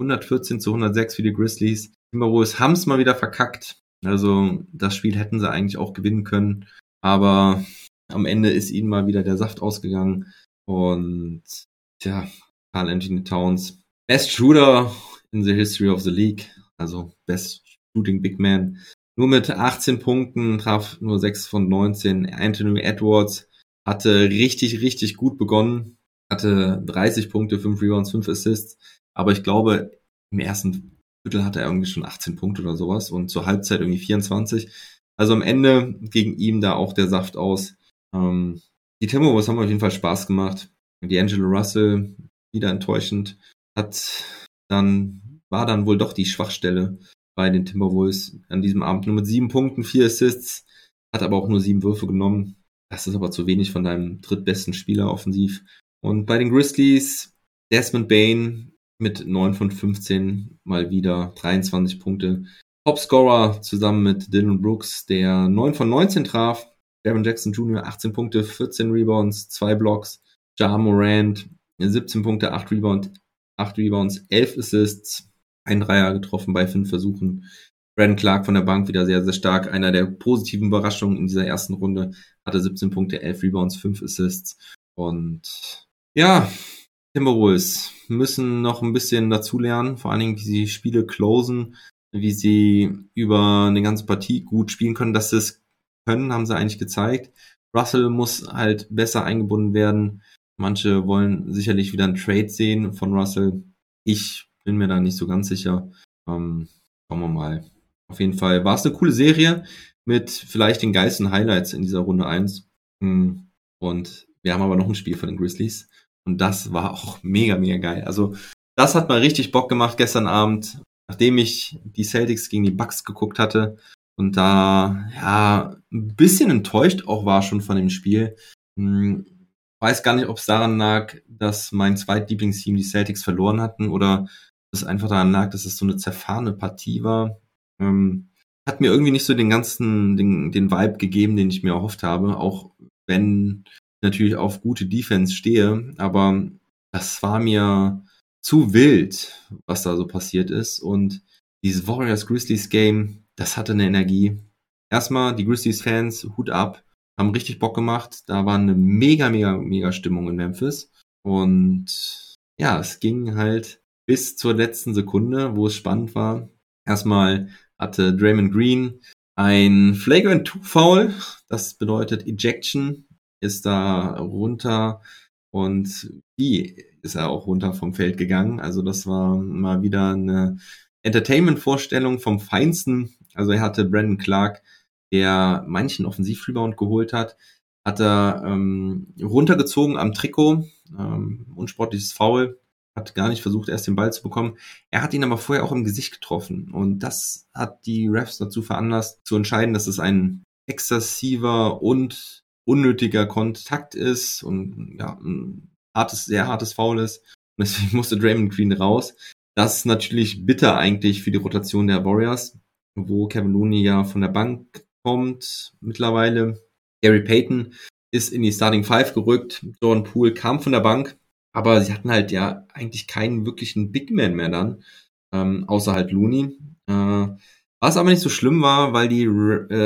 114-106 für die Grizzlies. Timberwolves haben es mal wieder verkackt. Also das Spiel hätten sie eigentlich auch gewinnen können. Aber am Ende ist ihnen mal wieder der Saft ausgegangen. Und Karl Anthony Towns, Best Shooter in the history of the league. Also Best Shooting Big Man. Nur mit 18 Punkten, traf nur 6 von 19. Anthony Edwards hatte richtig, richtig gut begonnen. Hatte 30 Punkte, 5 Rebounds, 5 Assists. Aber ich glaube, im ersten Viertel hatte er irgendwie schon 18 Punkte oder sowas und zur Halbzeit irgendwie 24. Also am Ende ging ihm da auch der Saft aus. Die Timberwolves haben auf jeden Fall Spaß gemacht. D'Angelo Russell, wieder enttäuschend, war dann wohl doch die Schwachstelle bei den Timberwolves an diesem Abend. Nur mit 7 Punkten, 4 Assists, hat aber auch nur 7 Würfe genommen. Das ist aber zu wenig von deinem drittbesten Spieler offensiv. Und bei den Grizzlies, Desmond Bane mit 9 von 15 mal wieder 23 Punkte. Topscorer zusammen mit Dillon Brooks, der 9 von 19 traf. Jaren Jackson Jr. 18 Punkte, 14 Rebounds, 2 Blocks. Ja Morant 17 Punkte, 8 Rebounds, 11 Assists, ein Dreier getroffen bei 5 Versuchen. Brandon Clark von der Bank wieder sehr, sehr stark. Einer der positiven Überraschungen in dieser ersten Runde. Hatte 17 Punkte, 11 Rebounds, 5 Assists. Und ja, Timberwolves müssen noch ein bisschen dazulernen. Vor allen Dingen, wie sie Spiele closen, wie sie über eine ganze Partie gut spielen können. Dass sie es können, haben sie eigentlich gezeigt. Russell muss halt besser eingebunden werden. Manche wollen sicherlich wieder einen Trade sehen von Russell. Ich bin mir da nicht so ganz sicher. Schauen wir mal. Auf jeden Fall war es eine coole Serie mit vielleicht den geilsten Highlights in dieser Runde 1. Und wir haben aber noch ein Spiel von den Grizzlies. Und das war auch mega, mega geil. Also das hat mal richtig Bock gemacht gestern Abend, nachdem ich die Celtics gegen die Bucks geguckt hatte und da ja ein bisschen enttäuscht auch war schon von dem Spiel. Weiß gar nicht, ob es daran lag, dass mein Zweitlieblingsteam die Celtics verloren hatten oder es einfach daran lag, dass es so eine zerfahrene Partie war. Hat mir irgendwie nicht so den Vibe gegeben, den ich mir erhofft habe, auch wenn ich natürlich auf gute Defense stehe, aber das war mir zu wild, was da so passiert ist und dieses Warriors-Grizzlies-Game, das hatte eine Energie. Erstmal die Grizzlies-Fans, Hut ab, haben richtig Bock gemacht. Da war eine mega, mega, mega Stimmung in Memphis. Und ja, es ging halt bis zur letzten Sekunde, wo es spannend war. Erstmal hatte Draymond Green ein Flagrant 2 Foul. Das bedeutet Ejection, ist da runter und wie ist er auch runter vom Feld gegangen. Also das war mal wieder eine Entertainment-Vorstellung vom Feinsten. Also er hatte Brandon Clark, der manchen Offensiv-Rebound geholt hat er runtergezogen am Trikot, unsportliches Foul, hat gar nicht versucht, erst den Ball zu bekommen. Er hat ihn aber vorher auch im Gesicht getroffen und das hat die Refs dazu veranlasst, zu entscheiden, dass es ein exzessiver und unnötiger Kontakt ist und ja, ein sehr hartes Foul ist. Und deswegen musste Draymond Green raus. Das ist natürlich bitter eigentlich für die Rotation der Warriors, wo Kevin Looney ja von der Bank kommt mittlerweile. Gary Payton ist in die Starting Five gerückt. Jordan Poole kam von der Bank, aber sie hatten halt ja eigentlich keinen wirklichen Big Man mehr dann, außer halt Looney. Was aber nicht so schlimm war, weil die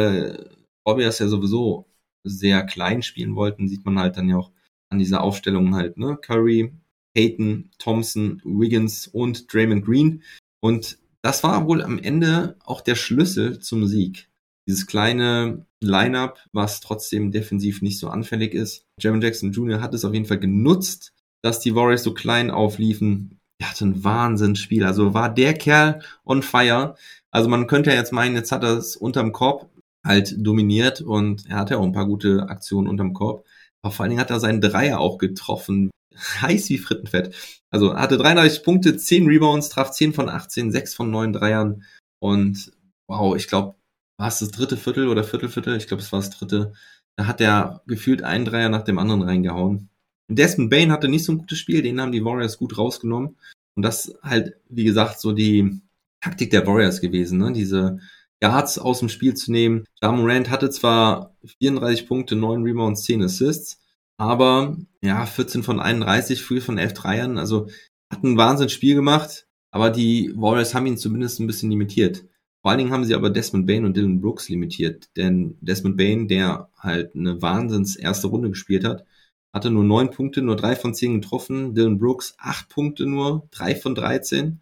Warriors ja sowieso sehr klein spielen wollten, sieht man halt dann ja auch an dieser Aufstellung halt, ne? Curry, Payton, Thompson, Wiggins und Draymond Green. Und das war wohl am Ende auch der Schlüssel zum Sieg. Dieses kleine Lineup, was trotzdem defensiv nicht so anfällig ist. Jaren Jackson Jr. hat es auf jeden Fall genutzt, dass die Warriors so klein aufliefen. Er hatte ein Wahnsinnsspiel. Also war der Kerl on fire. Also man könnte ja jetzt meinen, jetzt hat er es unterm Korb halt dominiert und er hatte auch ein paar gute Aktionen unterm Korb. Aber vor allen Dingen hat er seinen Dreier auch getroffen. Heiß wie Frittenfett. Also er hatte 33 Punkte, 10 Rebounds, traf 10 von 18, 6 von 9 Dreiern. Und wow, ich glaube, war es das dritte Viertel oder Viertel? Ich glaube, es war das dritte. Da hat er gefühlt einen Dreier nach dem anderen reingehauen. Und Desmond Bane hatte nicht so ein gutes Spiel, den haben die Warriors gut rausgenommen. Und das halt, wie gesagt, so die Taktik der Warriors gewesen, ne? Diese Guards aus dem Spiel zu nehmen. Ja Morant hatte zwar 34 Punkte, 9 Rebounds, 10 Assists, aber ja, 14 von 31, 4 von 11 Dreiern, also hat ein Wahnsinnsspiel gemacht, aber die Warriors haben ihn zumindest ein bisschen limitiert. Vor allen Dingen haben sie aber Desmond Bane und Dillon Brooks limitiert, denn Desmond Bane, der halt eine Wahnsinns erste Runde gespielt hat, hatte nur 9 Punkte, nur 3 von 10 getroffen. Dillon Brooks 8 Punkte nur, 3 von 13.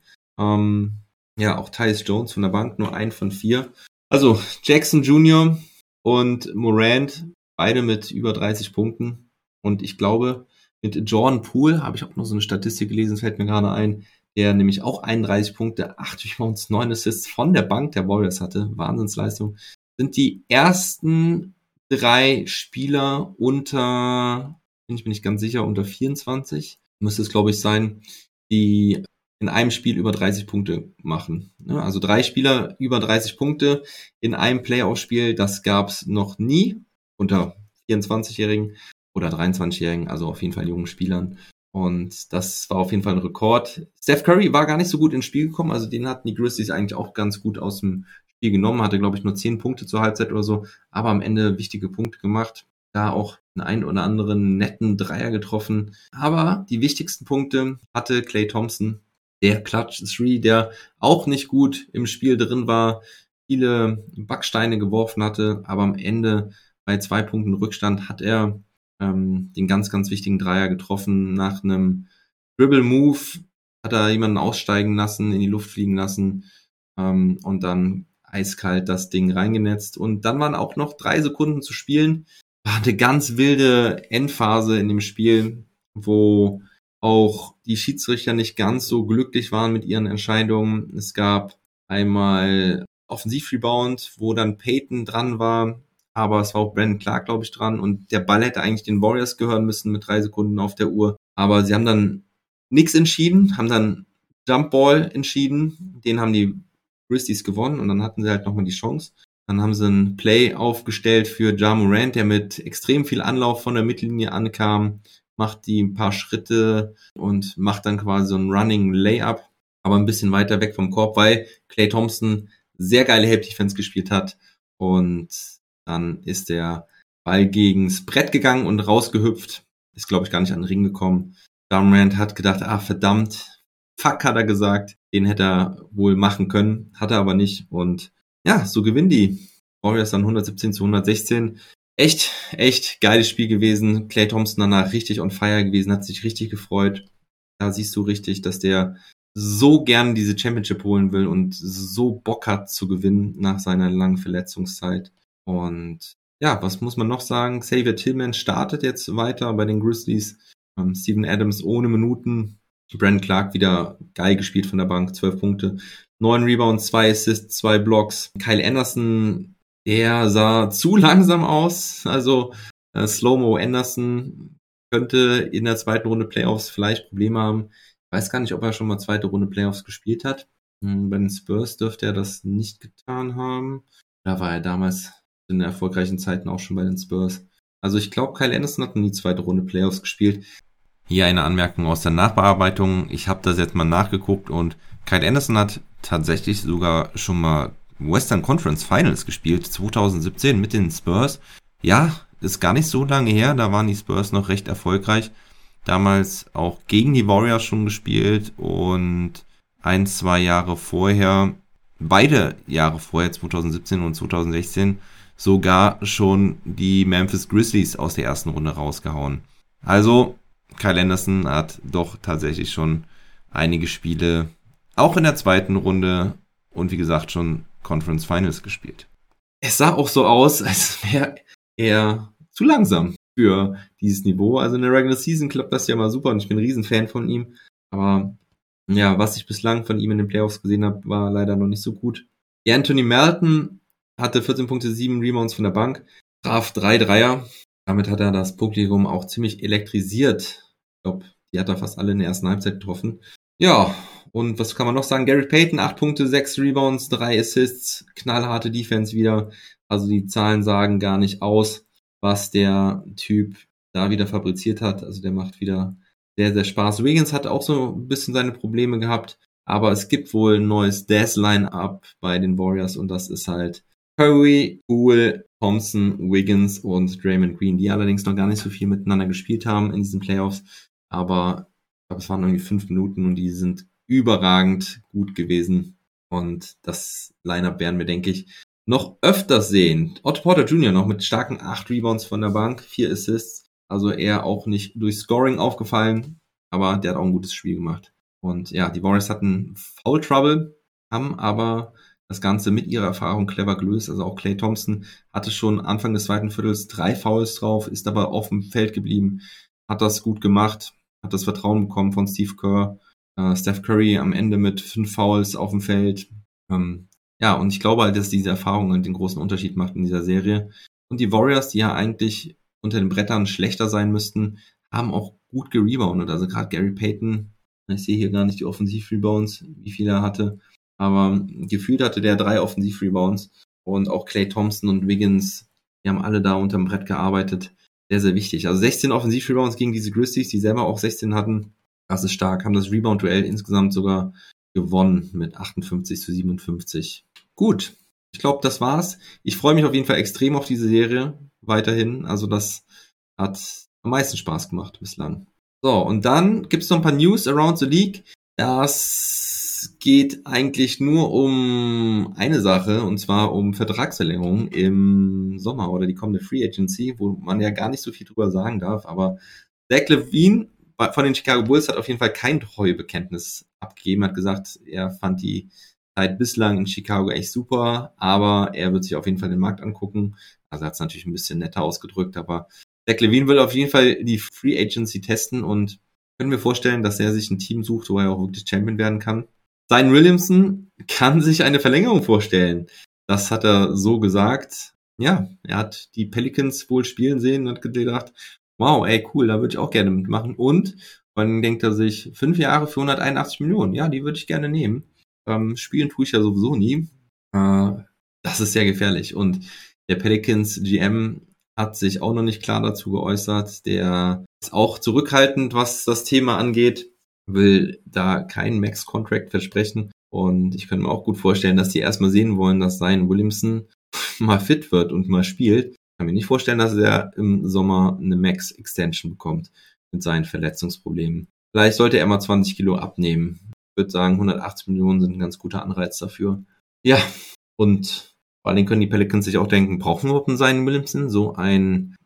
Ja, auch Tyus Jones von der Bank, nur 1 von 4. Also Jackson Jr. und Morant, beide mit über 30 Punkten. Und ich glaube, mit Jordan Poole habe ich auch noch so eine Statistik gelesen, fällt mir gerade ein, der nämlich auch 31 Punkte, 8 Rebounds, 9 Assists von der Bank der Warriors hatte. Wahnsinnsleistung. Sind die ersten 3 Spieler unter, bin ich mir nicht ganz sicher, unter 24, müsste es, glaube ich, sein, die in einem Spiel über 30 Punkte machen. Also 3 Spieler über 30 Punkte in einem Playoff-Spiel, das gab es noch nie unter 24-Jährigen oder 23-Jährigen, also auf jeden Fall jungen Spielern. Und das war auf jeden Fall ein Rekord. Steph Curry war gar nicht so gut ins Spiel gekommen, also den hatten die Grizzlies eigentlich auch ganz gut aus dem Spiel genommen, hatte, glaube ich, nur 10 Punkte zur Halbzeit oder so, aber am Ende wichtige Punkte gemacht. Da auch einen oder anderen netten Dreier getroffen. Aber die wichtigsten Punkte hatte Klay Thompson, der Clutch 3, der auch nicht gut im Spiel drin war, viele Backsteine geworfen hatte, aber am Ende bei 2 Punkten Rückstand hat er den ganz, ganz wichtigen Dreier getroffen. Nach einem Dribble-Move hat er jemanden aussteigen lassen, in die Luft fliegen lassen und dann eiskalt das Ding reingenetzt. Und dann waren auch noch 3 Sekunden zu spielen. War eine ganz wilde Endphase in dem Spiel, wo auch die Schiedsrichter nicht ganz so glücklich waren mit ihren Entscheidungen. Es gab einmal Offensivrebound, wo dann Peyton dran war, aber es war auch Brandon Clark, glaube ich, dran und der Ball hätte eigentlich den Warriors gehören müssen mit 3 Sekunden auf der Uhr. Aber sie haben dann nichts entschieden, haben dann Jumpball entschieden, den haben die Grizzlies gewonnen und dann hatten sie halt nochmal die Chance. Dann haben sie ein Play aufgestellt für Ja Morant, der mit extrem viel Anlauf von der Mittellinie ankam, macht die ein paar Schritte und macht dann quasi so ein Running Layup, aber ein bisschen weiter weg vom Korb, weil Klay Thompson sehr geile Help-Defense gespielt hat und dann ist der Ball gegens Brett gegangen und rausgehüpft, ist glaube ich gar nicht an den Ring gekommen. Ja Morant hat gedacht, verdammt, fuck, hat er gesagt, den hätte er wohl machen können, hat er aber nicht und ja, so gewinnen die Warriors dann 117-116. Echt geiles Spiel gewesen. Klay Thompson danach richtig on fire gewesen, hat sich richtig gefreut. Da siehst du richtig, dass der so gern diese Championship holen will und so Bock hat zu gewinnen nach seiner langen Verletzungszeit. Und ja, was muss man noch sagen? Xavier Tillman startet jetzt weiter bei den Grizzlies. Steven Adams ohne Minuten. Brandon Clark wieder geil gespielt von der Bank, 12 Punkte. 9 Rebounds, 2 Assists, 2 Blocks. Kyle Anderson, der sah zu langsam aus. Also Slow-Mo Anderson könnte in der zweiten Runde Playoffs vielleicht Probleme haben. Ich weiß gar nicht, ob er schon mal zweite Runde Playoffs gespielt hat. Bei den Spurs dürfte er das nicht getan haben. Da war er damals in erfolgreichen Zeiten auch schon bei den Spurs. Also ich glaube, Kyle Anderson hat noch nie zweite Runde Playoffs gespielt. Hier eine Anmerkung aus der Nachbearbeitung. Ich habe das jetzt mal nachgeguckt und Kyle Anderson hat tatsächlich sogar schon mal Western Conference Finals gespielt, 2017 mit den Spurs. Ja, ist gar nicht so lange her, da waren die Spurs noch recht erfolgreich. Damals auch gegen die Warriors schon gespielt und 1-2 Jahre vorher, beide Jahre vorher, 2017 und 2016, sogar schon die Memphis Grizzlies aus der ersten Runde rausgehauen. Also Kyle Anderson hat doch tatsächlich schon einige Spiele, auch in der zweiten Runde und wie gesagt schon Conference Finals gespielt. Es sah auch so aus, als wäre er zu langsam für dieses Niveau. Also in der Regular Season klappt das ja mal super und ich bin ein Riesenfan von ihm. Aber ja, was ich bislang von ihm in den Playoffs gesehen habe, war leider noch nicht so gut. Ja, Anthony Melton hatte 14 Punkte, 7 Rebounds von der Bank, traf 3 Dreier. Damit hat er das Publikum auch ziemlich elektrisiert. Ich glaube, die hat er fast alle in der ersten Halbzeit getroffen. Ja, und was kann man noch sagen? Gary Payton, 8 Punkte, 6 Rebounds, 3 Assists, knallharte Defense wieder. Also die Zahlen sagen gar nicht aus, was der Typ da wieder fabriziert hat. Also der macht wieder sehr, sehr Spaß. Wiggins hat auch so ein bisschen seine Probleme gehabt, aber es gibt wohl ein neues Death-Line-Up bei den Warriors und das ist halt Curry, Poole, Thompson, Wiggins und Draymond Green, die allerdings noch gar nicht so viel miteinander gespielt haben in diesen Playoffs, aber ich glaube, es waren irgendwie 5 Minuten und die sind überragend gut gewesen und das Line-Up werden wir, denke ich, noch öfter sehen. Otto Porter Jr. noch mit starken 8 Rebounds von der Bank, 4 Assists, also er auch nicht durch Scoring aufgefallen, aber der hat auch ein gutes Spiel gemacht. Und ja, die Warriors hatten Foul Trouble, haben aber das Ganze mit ihrer Erfahrung clever gelöst. Also auch Klay Thompson hatte schon Anfang des zweiten Viertels 3 Fouls drauf, ist aber auf dem Feld geblieben, hat das gut gemacht, hat das Vertrauen bekommen von Steve Kerr Steph Curry am Ende mit 5 Fouls auf dem Feld. Ja, und ich glaube halt, dass diese Erfahrung den großen Unterschied macht in dieser Serie. Und die Warriors, die ja eigentlich unter den Brettern schlechter sein müssten, haben auch gut gereboundet. Also gerade Gary Payton, ich sehe hier gar nicht die Offensiv-Rebounds, wie viel er hatte, aber gefühlt hatte der 3 Offensiv-Rebounds. Und auch Klay Thompson und Wiggins, die haben alle da unterm Brett gearbeitet. Sehr, sehr wichtig. Also 16 Offensiv-Rebounds gegen diese Grizzlies, die selber auch 16 hatten. Das ist stark. Haben das Rebound-Duell insgesamt sogar gewonnen mit 58-57. Gut, ich glaube, das war's. Ich freue mich auf jeden Fall extrem auf diese Serie weiterhin. Also das hat am meisten Spaß gemacht bislang. So, und dann gibt's noch ein paar News around the league. Das geht eigentlich nur um eine Sache, und zwar um Vertragsverlängerung im Sommer oder die kommende Free Agency, wo man ja gar nicht so viel drüber sagen darf. Aber Zach LaVine von den Chicago Bulls hat auf jeden Fall kein Treuebekenntnis abgegeben, hat gesagt, er fand die Zeit bislang in Chicago echt super, aber er wird sich auf jeden Fall den Markt angucken. Also er hat es natürlich ein bisschen netter ausgedrückt, aber Zach LaVine will auf jeden Fall die Free Agency testen und können wir vorstellen, dass er sich ein Team sucht, wo er auch wirklich Champion werden kann. Zion Williamson kann sich eine Verlängerung vorstellen. Das hat er so gesagt. Ja, er hat die Pelicans wohl spielen sehen und hat gedacht, wow, ey, cool, da würde ich auch gerne mitmachen. Und vor allem denkt er sich, 5 Jahre für 181 Millionen, ja, die würde ich gerne nehmen. Spielen tue ich ja sowieso nie. Das ist sehr gefährlich. Und der Pelicans GM hat sich auch noch nicht klar dazu geäußert. Der ist auch zurückhaltend, was das Thema angeht, will da keinen Max-Contract versprechen. Und ich könnte mir auch gut vorstellen, dass die erstmal sehen wollen, dass Zion Williamson mal fit wird und mal spielt. Ich kann mir nicht vorstellen, dass er im Sommer eine Max-Extension bekommt mit seinen Verletzungsproblemen. Vielleicht sollte er mal 20 Kilo abnehmen. Ich würde sagen, 180 Millionen sind ein ganz guter Anreiz dafür. Ja, und vor allen Dingen können die Pelicans sich auch denken, brauchen wir überhaupt einen Zion Williamson? So ein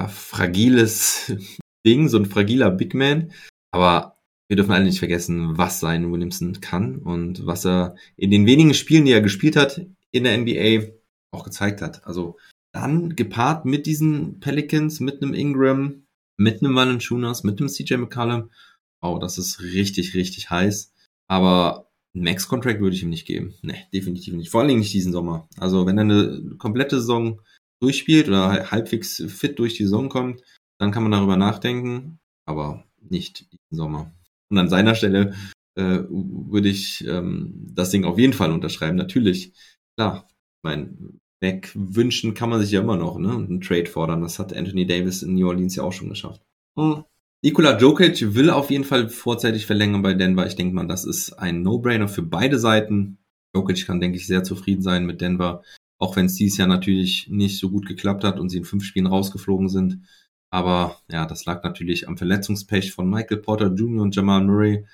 fragiles Ding, so ein fragiler Big Man. Aber wir dürfen alle nicht vergessen, was Zion Williamson kann und was er in den wenigen Spielen, die er gespielt hat in der NBA, auch gezeigt hat. Also dann gepaart mit diesen Pelicans, mit einem Ingram, mit einem Valanciunas, mit einem CJ McCollum. Oh, das ist richtig, richtig heiß. Aber einen Max-Contract würde ich ihm nicht geben. Nee, definitiv nicht. Vor allen Dingen nicht diesen Sommer. Also wenn er eine komplette Saison durchspielt oder halbwegs fit durch die Saison kommt, dann kann man darüber nachdenken, aber nicht diesen Sommer. Und an seiner Stelle würde ich das Ding auf jeden Fall unterschreiben. Natürlich, klar, wegwünschen kann man sich ja immer noch, ne? Und einen Trade fordern. Das hat Anthony Davis in New Orleans ja auch schon geschafft. Nikola Jokic will auf jeden Fall vorzeitig verlängern bei Denver. Ich denke mal, das ist ein No-Brainer für beide Seiten. Jokic kann, denke ich, sehr zufrieden sein mit Denver, auch wenn es dieses Jahr natürlich nicht so gut geklappt hat und sie in 5 Spielen rausgeflogen sind. Aber ja, das lag natürlich am Verletzungspech von Michael Porter Jr. und Jamal Murray.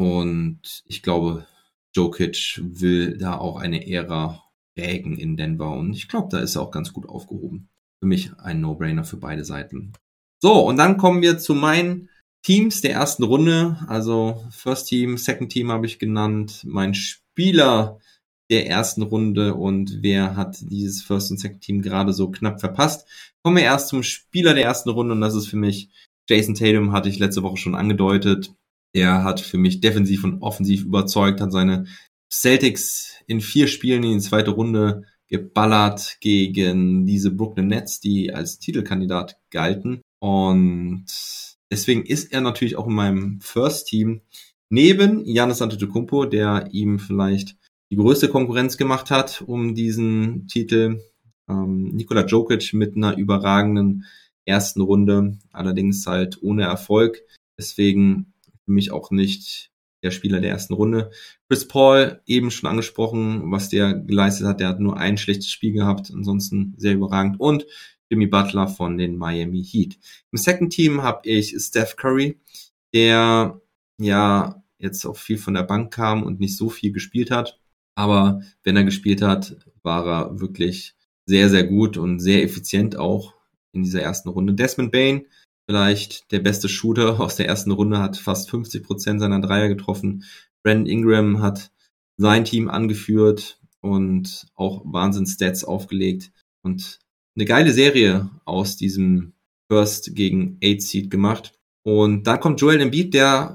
Und ich glaube, Jokic will da auch eine Ära prägen in Denver. Und ich glaube, da ist er auch ganz gut aufgehoben. Für mich ein No-Brainer für beide Seiten. So, und dann kommen wir zu meinen Teams der ersten Runde. Also First Team, Second Team habe ich genannt. Mein Spieler der ersten Runde und wer hat dieses First und Second Team gerade so knapp verpasst. Kommen wir erst zum Spieler der ersten Runde und das ist für mich Jason Tatum, hatte ich letzte Woche schon angedeutet. Er hat für mich defensiv und offensiv überzeugt, hat seine Celtics in 4 Spielen in die zweite Runde geballert gegen diese Brooklyn Nets, die als Titelkandidat galten. Und deswegen ist er natürlich auch in meinem First Team neben Giannis Antetokounmpo, der ihm vielleicht die größte Konkurrenz gemacht hat um diesen Titel. Nikola Jokic mit einer überragenden ersten Runde, allerdings halt ohne Erfolg. Deswegen für mich auch nicht der Spieler der ersten Runde. Chris Paul, eben schon angesprochen, was der geleistet hat. Der hat nur ein schlechtes Spiel gehabt, ansonsten sehr überragend. Und Jimmy Butler von den Miami Heat. Im Second Team habe ich Steph Curry, der ja jetzt auch viel von der Bank kam und nicht so viel gespielt hat. Aber wenn er gespielt hat, war er wirklich sehr, sehr gut und sehr effizient auch in dieser ersten Runde. Desmond Bane, vielleicht der beste Shooter aus der ersten Runde, hat fast 50% seiner Dreier getroffen. Brandon Ingram hat sein Team angeführt und auch Wahnsinns-Stats aufgelegt und eine geile Serie aus diesem First gegen 8 Seed gemacht. Und dann kommt Joel Embiid, der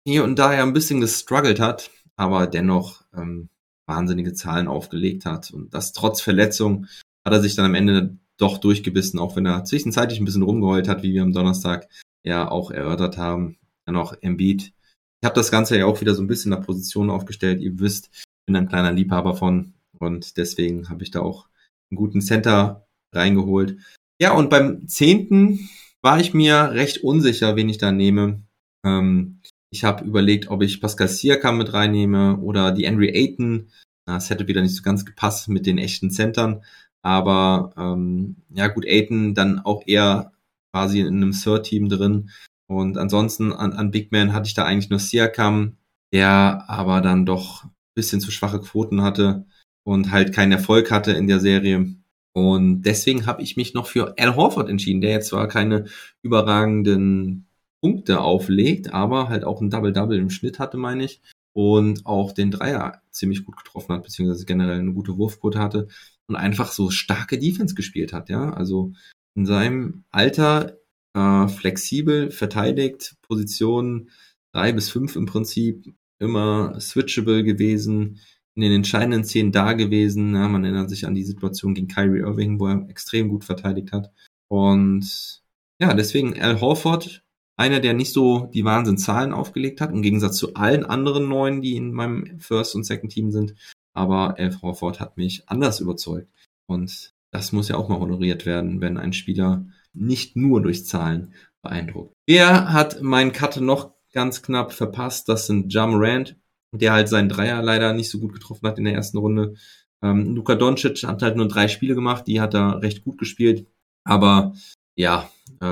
hier und da ja ein bisschen gestruggelt hat, aber dennoch wahnsinnige Zahlen aufgelegt hat. Und das trotz Verletzung hat er sich dann am Ende doch durchgebissen, auch wenn er zwischenzeitlich ein bisschen rumgeheult hat, wie wir am Donnerstag ja auch erörtert haben. Dann noch Embiid. Ich habe das Ganze ja auch wieder so ein bisschen nach Position aufgestellt. Ihr wisst, ich bin ein kleiner Liebhaber von und deswegen habe ich da auch einen guten Center reingeholt. Ja, und beim 10. war ich mir recht unsicher, wen ich da nehme. Ich habe überlegt, ob ich Pascal Siakam mit reinnehme oder die Andre Ayton. Das hätte wieder nicht so ganz gepasst mit den echten Centern. Aber ja gut, Ayton dann auch eher quasi in einem Third-Team drin. Und ansonsten an Big Man hatte ich da eigentlich nur Siakam, der aber dann doch ein bisschen zu schwache Quoten hatte und halt keinen Erfolg hatte in der Serie. Und deswegen habe ich mich noch für Al Horford entschieden, der jetzt zwar keine überragenden Punkte auflegt, aber halt auch ein Double-Double im Schnitt hatte, meine ich. Und auch den Dreier ziemlich gut getroffen hat, beziehungsweise generell eine gute Wurfquote hatte und einfach so starke Defense gespielt hat, ja. Also in seinem Alter flexibel verteidigt, Positionen 3 bis 5 im Prinzip, immer switchable gewesen, in den entscheidenden Szenen da gewesen. Ja, man erinnert sich an die Situation gegen Kyrie Irving, wo er extrem gut verteidigt hat. Und ja, deswegen Al Horford, einer, der nicht so die Wahnsinnszahlen aufgelegt hat, im Gegensatz zu allen anderen Neuen, die in meinem First- und Second-Team sind. Aber Al Horford hat mich anders überzeugt. Und das muss ja auch mal honoriert werden, wenn ein Spieler nicht nur durch Zahlen beeindruckt. Wer hat meinen Cut noch ganz knapp verpasst? Das sind Ja Morant, der halt seinen Dreier leider nicht so gut getroffen hat in der ersten Runde. Luka Doncic hat halt nur 3 Spiele gemacht, die hat er recht gut gespielt. Aber ja,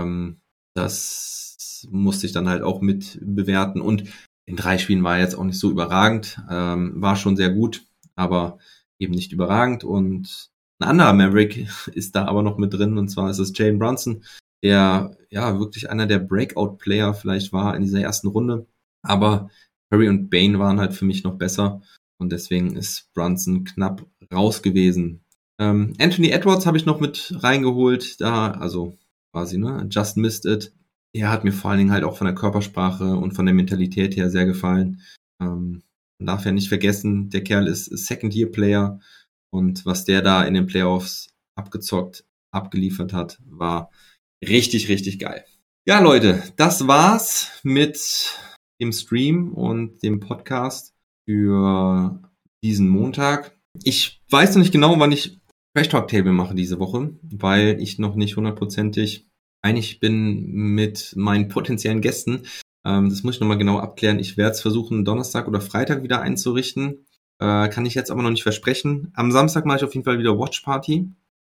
das musste ich dann halt auch mit bewerten. Und in 3 Spielen war er jetzt auch nicht so überragend. War schon sehr gut, aber eben nicht überragend. Und ein anderer Maverick ist da aber noch mit drin, und zwar ist es Jalen Brunson, der ja wirklich einer der Breakout-Player vielleicht war in dieser ersten Runde. Aber Curry und Bane waren halt für mich noch besser und deswegen ist Brunson knapp raus gewesen. Anthony Edwards habe ich noch mit reingeholt, da, also quasi, ne, just missed it. Der hat mir vor allen Dingen halt auch von der Körpersprache und von der Mentalität her sehr gefallen. Man darf ja nicht vergessen, der Kerl ist Second-Year-Player und was der da in den Playoffs abgeliefert hat, war richtig, richtig geil. Ja, Leute, das war's mit dem Stream und dem Podcast für diesen Montag. Ich weiß noch nicht genau, wann ich Trash Talk Table mache diese Woche, weil ich noch nicht 100%ig einig bin mit meinen potenziellen Gästen. Das muss ich nochmal genau abklären. Ich werde es versuchen, Donnerstag oder Freitag wieder einzurichten. Kann ich jetzt aber noch nicht versprechen. Am Samstag mache ich auf jeden Fall wieder Watch Party.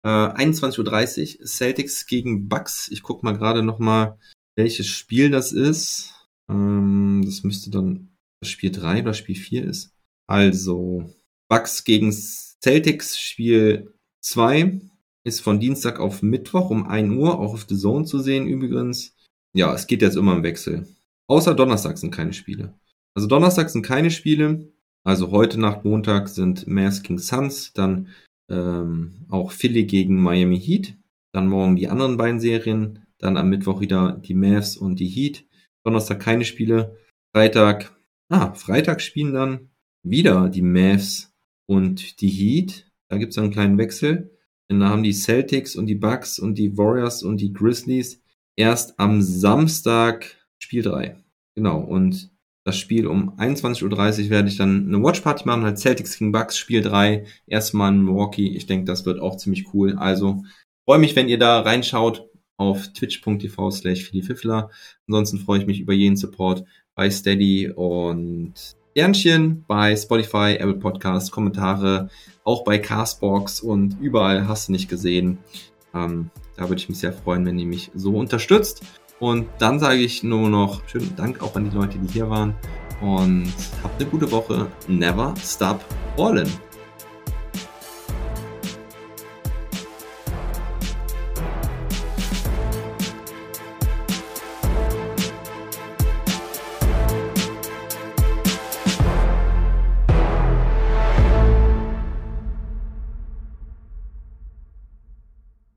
21:30 Uhr, Celtics gegen Bucks. Ich gucke mal gerade nochmal, welches Spiel das ist. Das müsste dann Spiel 3 oder Spiel 4 ist. Also, Bucks gegen Celtics, Spiel 2 ist von Dienstag auf Mittwoch um 1 Uhr, auch auf The Zone zu sehen übrigens. Ja, es geht jetzt immer im Wechsel. Außer Donnerstag sind keine Spiele. Also Donnerstag sind keine Spiele. Also heute Nacht Montag sind Mavs gegen Suns, dann auch Philly gegen Miami Heat, dann morgen die anderen beiden Serien, dann am Mittwoch wieder die Mavs und die Heat. Donnerstag keine Spiele. Freitag spielen dann wieder die Mavs und die Heat. Da gibt's dann einen kleinen Wechsel. Dann haben die Celtics und die Bucks und die Warriors und die Grizzlies erst am Samstag Spiel 3. Genau, und das Spiel um 21:30 Uhr werde ich dann eine Watchparty machen, halt Celtics gegen Bucks, Spiel 3, erstmal in Milwaukee. Ich denke, das wird auch ziemlich cool. Also freue mich, wenn ihr da reinschaut auf twitch.tv/phillyfiffler. Ansonsten freue ich mich über jeden Support bei Steady und Sternchen bei Spotify, Apple Podcasts, Kommentare, auch bei Castbox und überall hast du nicht gesehen. Da würde ich mich sehr freuen, wenn ihr mich so unterstützt. Und dann sage ich nur noch schönen Dank auch an die Leute, die hier waren. Und habt eine gute Woche. Never stop ballin'.